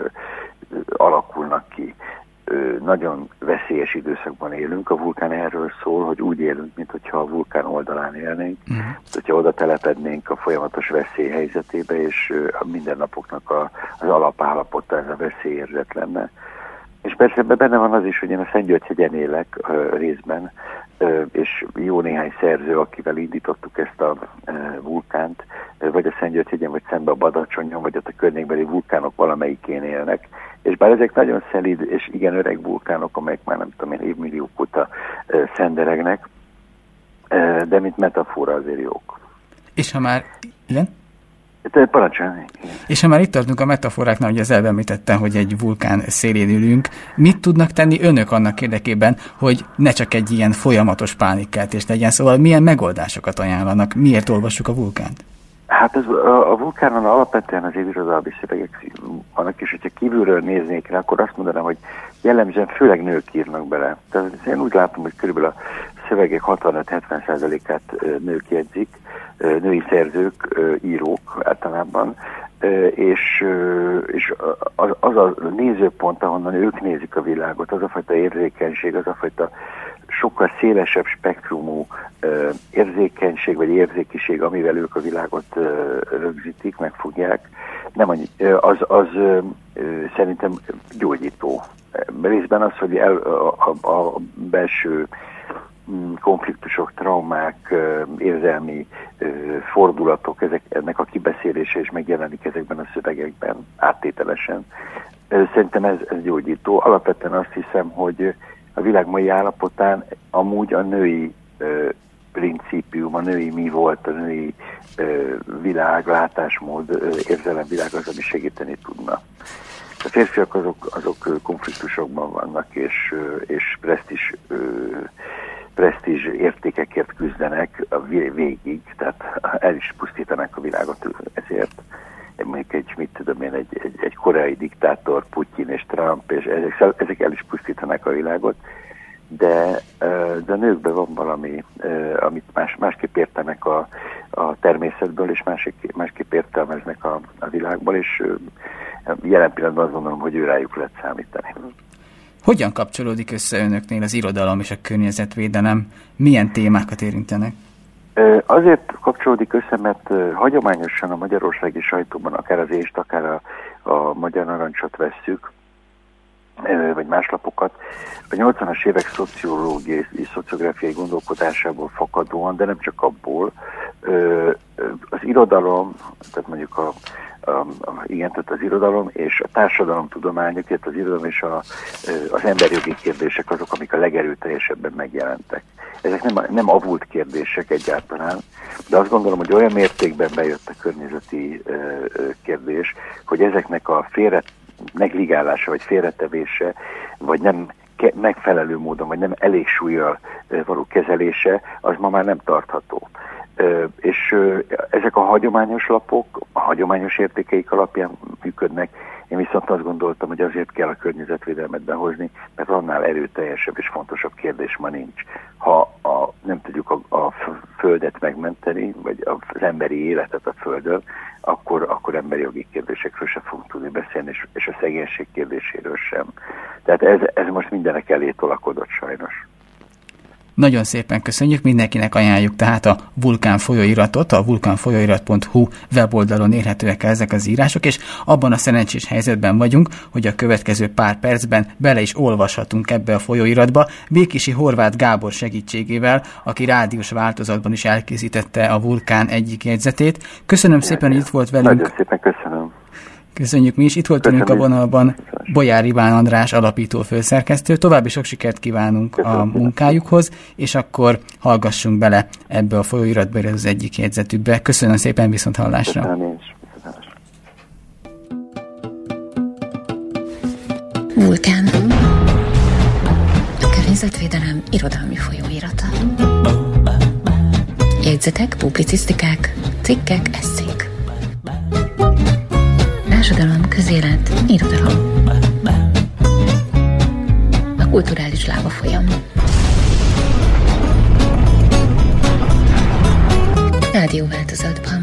alakulnak ki. Nagyon veszélyes időszakban élünk. A vulkán erről szól, hogy úgy élünk, mintha a vulkán oldalán élnénk, hogyha oda telepednénk a folyamatos veszély helyzetébe, és a mindennapoknak az alapállapota ez a veszélyérzet lenne. És persze ebben benne van az is, hogy én a Szentgyörgy-hegyen élek részben, és jó néhány szerző, akivel indítottuk ezt a vulkánt, vagy a Szentgyörgy-hegyen, vagy szembe a Badacsonyon, vagy ott a környékbeli vulkánok valamelyikén élnek. És bár ezek nagyon szelíd és igen öreg vulkánok, amelyek már nem tudom én évmilliók óta szenderegnek, de mint metafora azért jók. És ha már... Igen? Parancsolni. És ha már itt tartunk a metaforáknál, hogy az előbb említette, hogy egy vulkán szélén ülünk, mit tudnak tenni önök annak érdekében, hogy ne csak egy ilyen folyamatos pánikkeltés legyen? Szóval milyen megoldásokat ajánlanak? Miért olvassuk a vulkánt? Hát a vulkánon alapvetően az évirodalmi szövegek vannak, és hogyha kívülről néznék rá, akkor azt mondanám, hogy jellemzően főleg nők írnak bele. Tehát én úgy látom, hogy körülbelül a szövegek 65-70%-át nők jegyzik, női szerzők, írók általában, és az a nézőpont, ahonnan ők nézik a világot, az a fajta érzékenység, az a fajta sokkal szélesebb spektrumú érzékenység vagy érzékiség, amivel ők a világot rögzítik, megfogják, nem annyi, az szerintem gyógyító. Részben az, hogy a belső konfliktusok, traumák, érzelmi fordulatok, ennek a kibeszélése is megjelenik ezekben a szövegekben áttételesen. Szerintem ez gyógyító. Alapvetően azt hiszem, hogy a világ mai állapotán amúgy a női principium, a női mi volt, a női világ, látásmód, érzelemvilág az, ami segíteni tudna. A férfiak azok konfliktusokban vannak, és presztízs értékekért küzdenek végig, tehát el is pusztítanak a világot ezért. Mondjuk egy koreai diktátor, Putyin és Trump, és ezek el is pusztítanak a világot, de a nőkben van valami, amit másképp értenek a természetből, és másképp értelmeznek a világból, és jelen pillanatban azt gondolom, hogy őrájuk lehet számítani. Hogyan kapcsolódik össze önöknél az irodalom és a környezetvédelem? Milyen témákat érintenek? Azért kapcsolódik össze, mert hagyományosan a magyarországi sajtóban akár az ést, akár a Magyar Narancsot vesszük, vagy más lapokat, a 80-as évek szociológiai és szociográfiai gondolkodásából fakadóan, de nem csak abból, az irodalom, tehát mondjuk tehát az irodalom és a társadalomtudományok, tehát az irodalom és az emberjogi kérdések azok, amik a legerőteljesebben megjelentek. Ezek nem avult kérdések egyáltalán, de azt gondolom, hogy olyan mértékben bejött a környezeti kérdés, hogy ezeknek a negligálása, vagy félretevése, vagy nem megfelelő módon, vagy nem elég súllyal való kezelése, az ma már nem tartható. És ezek a hagyományos lapok, a hagyományos értékeik alapján működnek. Én viszont azt gondoltam, hogy azért kell a környezetvédelmet behozni, mert annál erőteljesebb és fontosabb kérdés ma nincs. Ha nem tudjuk a földet megmenteni, vagy az emberi életet a földön, akkor emberi jogi kérdésekről sem fogunk tudni beszélni, és a szegénység kérdéséről sem. Tehát ez most mindenek elé tolakodott sajnos. Nagyon szépen köszönjük, mindenkinek ajánljuk tehát a Vulkán folyóiratot, a vulkánfolyóirat.hu weboldalon érhetőek ezek az írások, és abban a szerencsés helyzetben vagyunk, hogy a következő pár percben bele is olvashatunk ebbe a folyóiratba Békési Horváth Gábor segítségével, aki rádiós változatban is elkészítette a Vulkán egyik jegyzetét. Köszönöm szépen, hogy itt volt velünk. Nagyon szépen köszönöm. Köszönjük mi is. Itt volt velünk a vonalban Bolyár Iván András alapító főszerkesztő. További sok sikert kívánunk a munkájukhoz, és akkor hallgassunk bele ebbe a folyóiratba, az egyik jegyzetükbe. Köszönöm szépen, viszont hallásra. Köszönöm én is. Vulkán. A környezetvédelem irodalmi folyóirata. Jegyzetek, publicisztikák, cikkek, esszék. Társadalom, közélet, irodalom. A kulturális lábafolyam. Rádióváltozatban.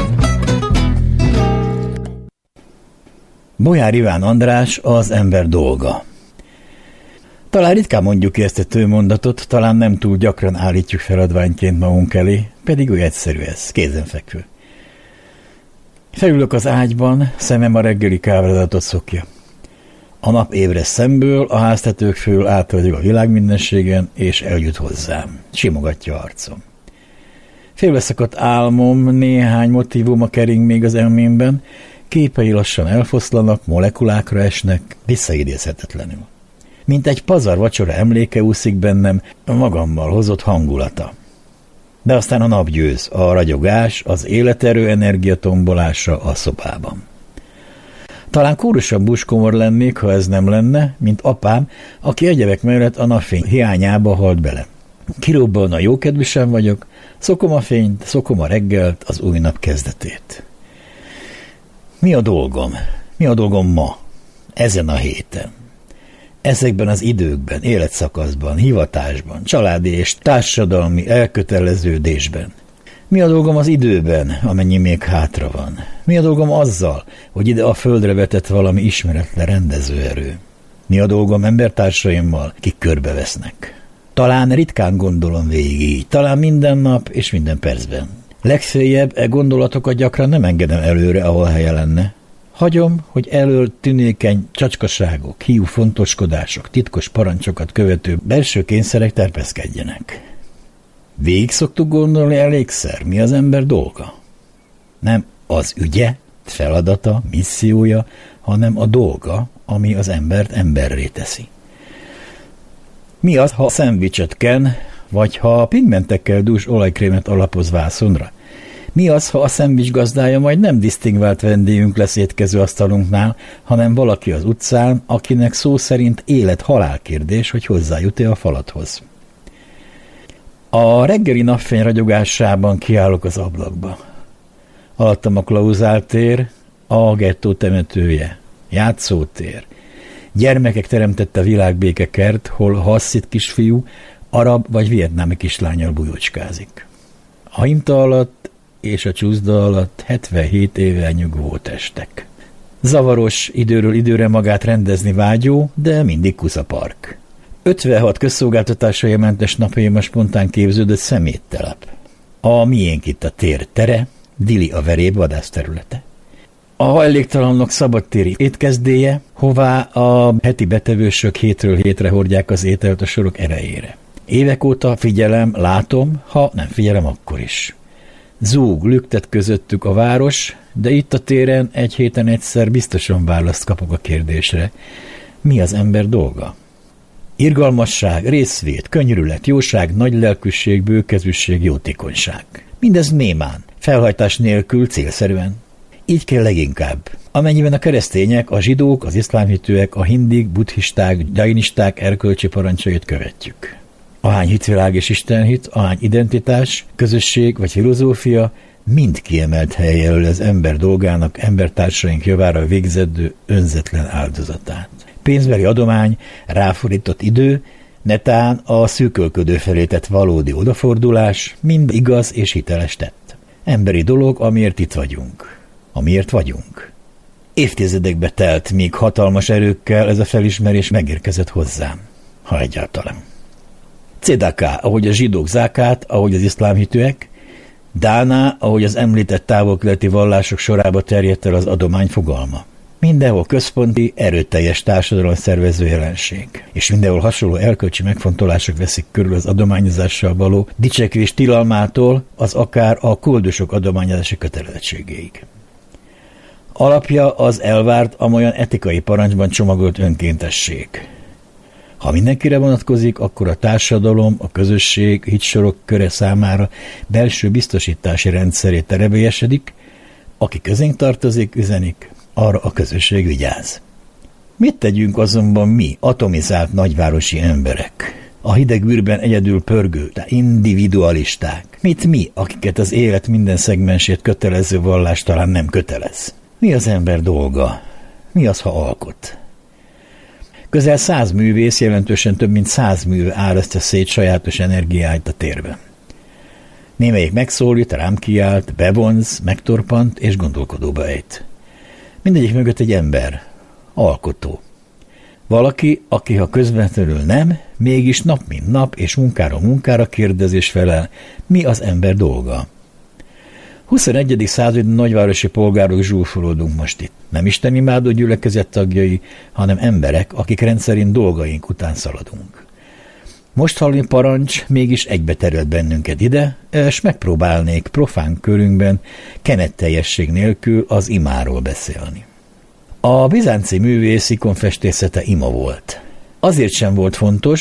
Bolyár Iván András, Az ember dolga. Talán ritkán mondjuk ki ezt a tőmondatot, talán nem túl gyakran állítjuk feladványként magunk elé, pedig úgy egyszerű ez, kézenfekvő. Felülök az ágyban, szemem a reggeli kábrázatot szokja. A nap ébreszt szemből, a háztetők fölül átöltjük a világ mindenségen, és eljut hozzám. Simogatja arcom. Félbeszakadt álmom, néhány motívuma kering még az elmémben, képei lassan elfoszlanak, molekulákra esnek, visszaidézhetetlenül. Mint egy pazar vacsora emléke úszik bennem, magammal hozott hangulata. De aztán a nap győz, a ragyogás, az életerő energia tombolása a szobában. Talán kórusabb búskomor lennék, ha ez nem lenne, mint apám, aki egyebek mellett a napfény hiányába halt bele. Kirobban a jókedvűsen vagyok, szokom a fényt, szokom a reggelt, az új nap kezdetét. Mi a dolgom? Mi a dolgom ma? Ezen a héten? Ezekben az időkben, életszakaszban, hivatásban, családi és társadalmi elköteleződésben. Mi a dolgom az időben, amennyi még hátra van? Mi a dolgom azzal, hogy ide a földre vetett valami ismeretlen rendezőerő? Mi a dolgom embertársaimmal, kik körbevesznek? Talán ritkán gondolom végig így, talán minden nap és minden percben. Legfeljebb gondolatokat gyakran nem engedem előre, ahol helye lenne. Hagyom, hogy elől tünékeny csacskaságok, hiú fontoskodások, titkos parancsokat követő belső kényszerek terpeszkedjenek. Végig szoktuk gondolni elégszer, mi az ember dolga? Nem az ügye, feladata, missziója, hanem a dolga, ami az embert emberré teszi. Mi az, ha szendvicset ken, vagy ha pigmentekkel dús olajkrémet alapoz vászonra? Mi az, ha a szendvics gazdája majd nem disztingvált vendégünk lesz étkező asztalunknál, hanem valaki az utcán, akinek szó szerint élet-halál kérdés, hogy hozzájut-e a falathoz? A reggeli napfény ragyogásában kiállok az ablakba. Alattam a Klauzál tér, a gettó temetője, játszótér. Gyermekek teremtette a világbékekert, hol hasszit kisfiú, arab vagy vietnámi kislánnyal bujócskázik. A hinta alatt és a csúszda alatt 77 éve nyugvó testek. Zavaros, időről időre magát rendezni vágyó, de mindig kuszapark. 56 közszolgáltatásai mentes napjaim a spontán képződött szeméttelep. A miénk itt a tér tere, Dili a veréb vadászterülete. A hajléktalanok szabadtéri étkezdéje, hová a heti betevősök hétről hétre hordják az ételt a sorok erejére. Évek óta figyelem, látom, ha nem figyelem akkor is. Zúg, lüktet közöttük a város, de itt a téren egy héten egyszer biztosan választ kapok a kérdésre. Mi az ember dolga? Irgalmasság, részvét, könyörület, jóság, nagylelkűség, bőkezűség, jótékonyság. Mindez némán, felhajtás nélkül, célszerűen. Így kell leginkább. Amennyiben a keresztények, a zsidók, az iszlámhitűek, a hindik, buddhisták, jainisták erkölcsi parancsait követjük. Ahány hitvilág és istenhit, ahány identitás, közösség vagy filozófia mind kiemelt helye jelöl az ember dolgának, embertársaink javára végződő önzetlen áldozatát. Pénzbeli adomány, ráfordított idő, netán a szűkölködő felé tett valódi odafordulás, mind igaz és hiteles tett. Emberi dolog, amiért itt vagyunk. Amiért vagyunk. Évtizedekbe telt, míg hatalmas erőkkel ez a felismerés megérkezett hozzám, ha egyáltalán. Cedaká, ahogy a zsidók zákát, ahogy az iszlámhitűek, dáná, ahogy az említett távol-keleti vallások sorába terjedt el az adomány fogalma. Mindenhol központi, erőteljes társadalom szervező jelenség, és mindenhol hasonló erkölcsi megfontolások veszik körül az adományozással való dicsekvés tilalmától az akár a koldusok adományozási kötelezettségéig. Alapja az elvárt, amolyan etikai parancsban csomagolt önkéntesség. Ha mindenkire vonatkozik, akkor a társadalom, a közösség, hitsorok köre számára belső biztosítási rendszerét terebélyesedik, aki közénk tartozik, üzenik, arra a közösség vigyáz. Mit tegyünk azonban mi, atomizált nagyvárosi emberek? A hideg űrben egyedül pörgő, individualisták. Mit mi, akiket az élet minden szegmensét kötelező vallás talán nem kötelez? Mi az ember dolga? Mi az, ha alkot? Közel 100 művész, jelentősen több mint 100 mű árasztja szét sajátos energiáit a térben. Némelyik megszólít, rám kiált, bevonz, megtorpant és gondolkodóba ejt. Mindegyik mögött egy ember, alkotó. Valaki, aki ha közvetlenül nem, mégis nap mint nap és munkára munkára kérdez és felel, mi az ember dolga. 21. századi nagyvárosi polgárok zsúfolódunk most itt. Nem istenimádó gyülekezet tagjai, hanem emberek, akik rendszerint dolgaink után szaladunk. Most hallani parancs mégis egybe terült bennünket ide, és megpróbálnék profán körünkben kenetteljesség nélkül az imáról beszélni. A bizánci művész ikonfestészete ima volt. Azért sem volt fontos,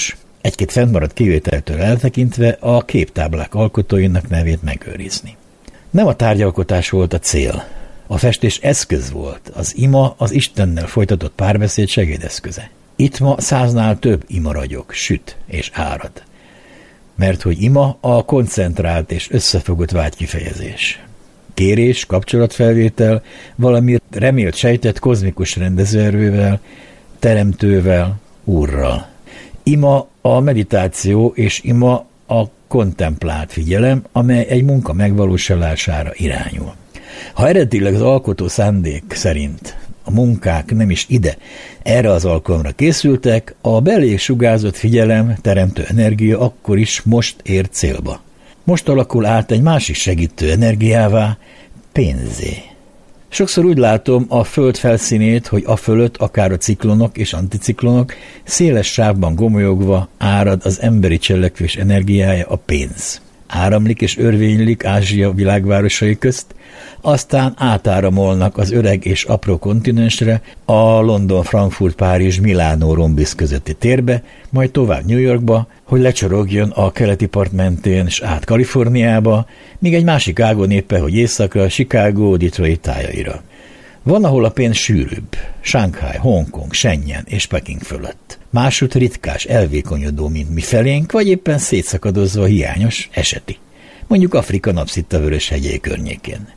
egy-két fennmaradt kivételtől eltekintve a képtáblák alkotóinak nevét megőrizni. Nem a tárgyalkotás volt a cél. A festés eszköz volt, az ima az Istennel folytatott párbeszéd segédeszköze. Itt ma 100-nál több ima ragyog, süt és árad. Mert hogy ima a koncentrált és összefogott vágykifejezés. Kérés, kapcsolatfelvétel, valami remélt sejtett kozmikus rendezőerővel, teremtővel, Úrral. Ima a meditáció, és ima a kontemplált figyelem, amely egy munka megvalósulására irányul. Ha eredetileg az alkotó szándék szerint a munkák nem is erre az alkalomra készültek, a belé sugárzott figyelem, teremtő energia akkor is most ér célba. Most alakul át egy másik segítő energiává, pénzé. Sokszor úgy látom a föld felszínét, hogy afölött akár a ciklonok és anticiklonok széles sávban gomolyogva árad az emberi cselekvés energiája, a pénz. Áramlik és örvénylik Ázsia világvárosai közt, aztán átáramolnak az öreg és apró kontinensre, a London, Frankfurt, Párizs, Milánó, Rombisz közötti térbe, majd tovább New Yorkba, hogy lecsorogjon a keleti part mentén és át Kaliforniába, míg egy másik ágon éppen, hogy északra, Chicago, Detroit tájaira. Van, ahol a pénz sűrűbb, Shanghai, Hongkong, Shenzhen és Peking fölött. Másút ritkás, elvékonyodó, mint mi felénk, vagy éppen szétszakadozva hiányos, eseti. Mondjuk Afrika Napszitta Vörös-hegyei környékén.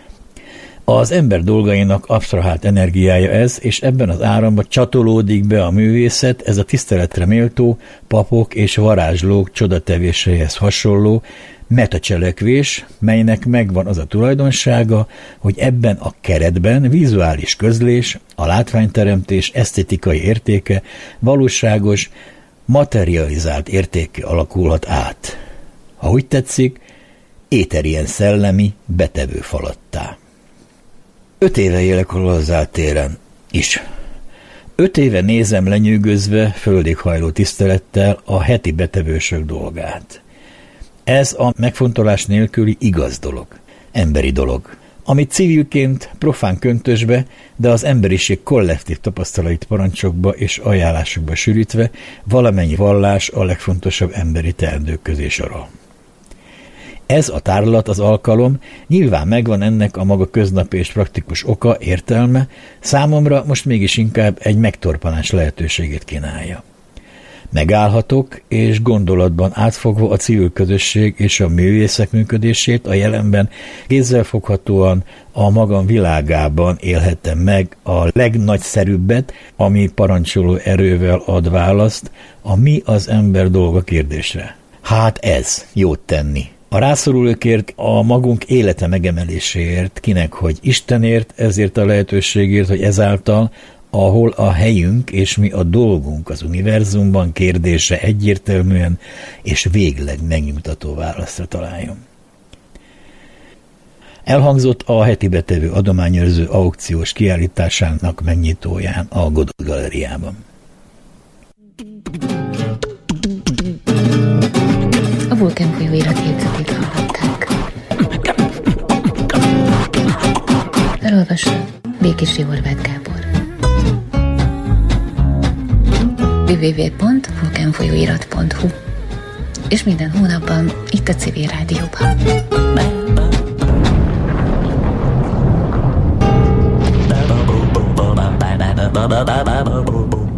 Az ember dolgainak absztrahált energiája ez, és ebben az áramban csatolódik be a művészet, ez a tiszteletre méltó papok és varázslók csodatevéséhez hasonló metacselekvés, melynek megvan az a tulajdonsága, hogy ebben a keretben vizuális közlés, a látványteremtés esztétikai értéke valóságos, materializált értéke alakulhat át. Ha úgy tetszik, éterien szellemi betevő falattá. 5 éve élek a Lazár téren is. 5 éve nézem lenyűgözve, földig hajló tisztelettel a heti betevősök dolgát. Ez a megfontolás nélküli igaz dolog, emberi dolog, amit civilként profán köntösbe, de az emberiség kollektív tapasztalait parancsokba és ajánlásokba sűrítve valamennyi vallás a legfontosabb emberi teendők közé sorol. Ez a tárlat, az alkalom, nyilván megvan ennek a maga köznapi és praktikus oka, értelme, számomra most mégis inkább egy megtorpanás lehetőségét kínálja. Megállhatok, és gondolatban átfogva a civil közösség és a művészek működését a jelenben kézzelfoghatóan a magam világában élhettem meg a legnagyszerűbbet, ami parancsoló erővel ad választ a mi az ember dolga kérdésre. Hát ez, jót tenni. A rászorulókért, a magunk élete megemeléséért, kinek hogy Istenért, ezért a lehetőségért, hogy ezáltal, ahol a helyünk és mi a dolgunk az univerzumban kérdése egyértelműen és végleg megnyugtató válaszra találjon. Elhangzott a heti betevő adományőrző aukciós kiállításának megnyitóján a Godot Galériában. A Vulkán folyóirat jegyzetét hallották. Elolvassa Békési Horváth Gábor. www.vulkánfolyóirat.hu és minden hónapban itt a Civil Rádióban.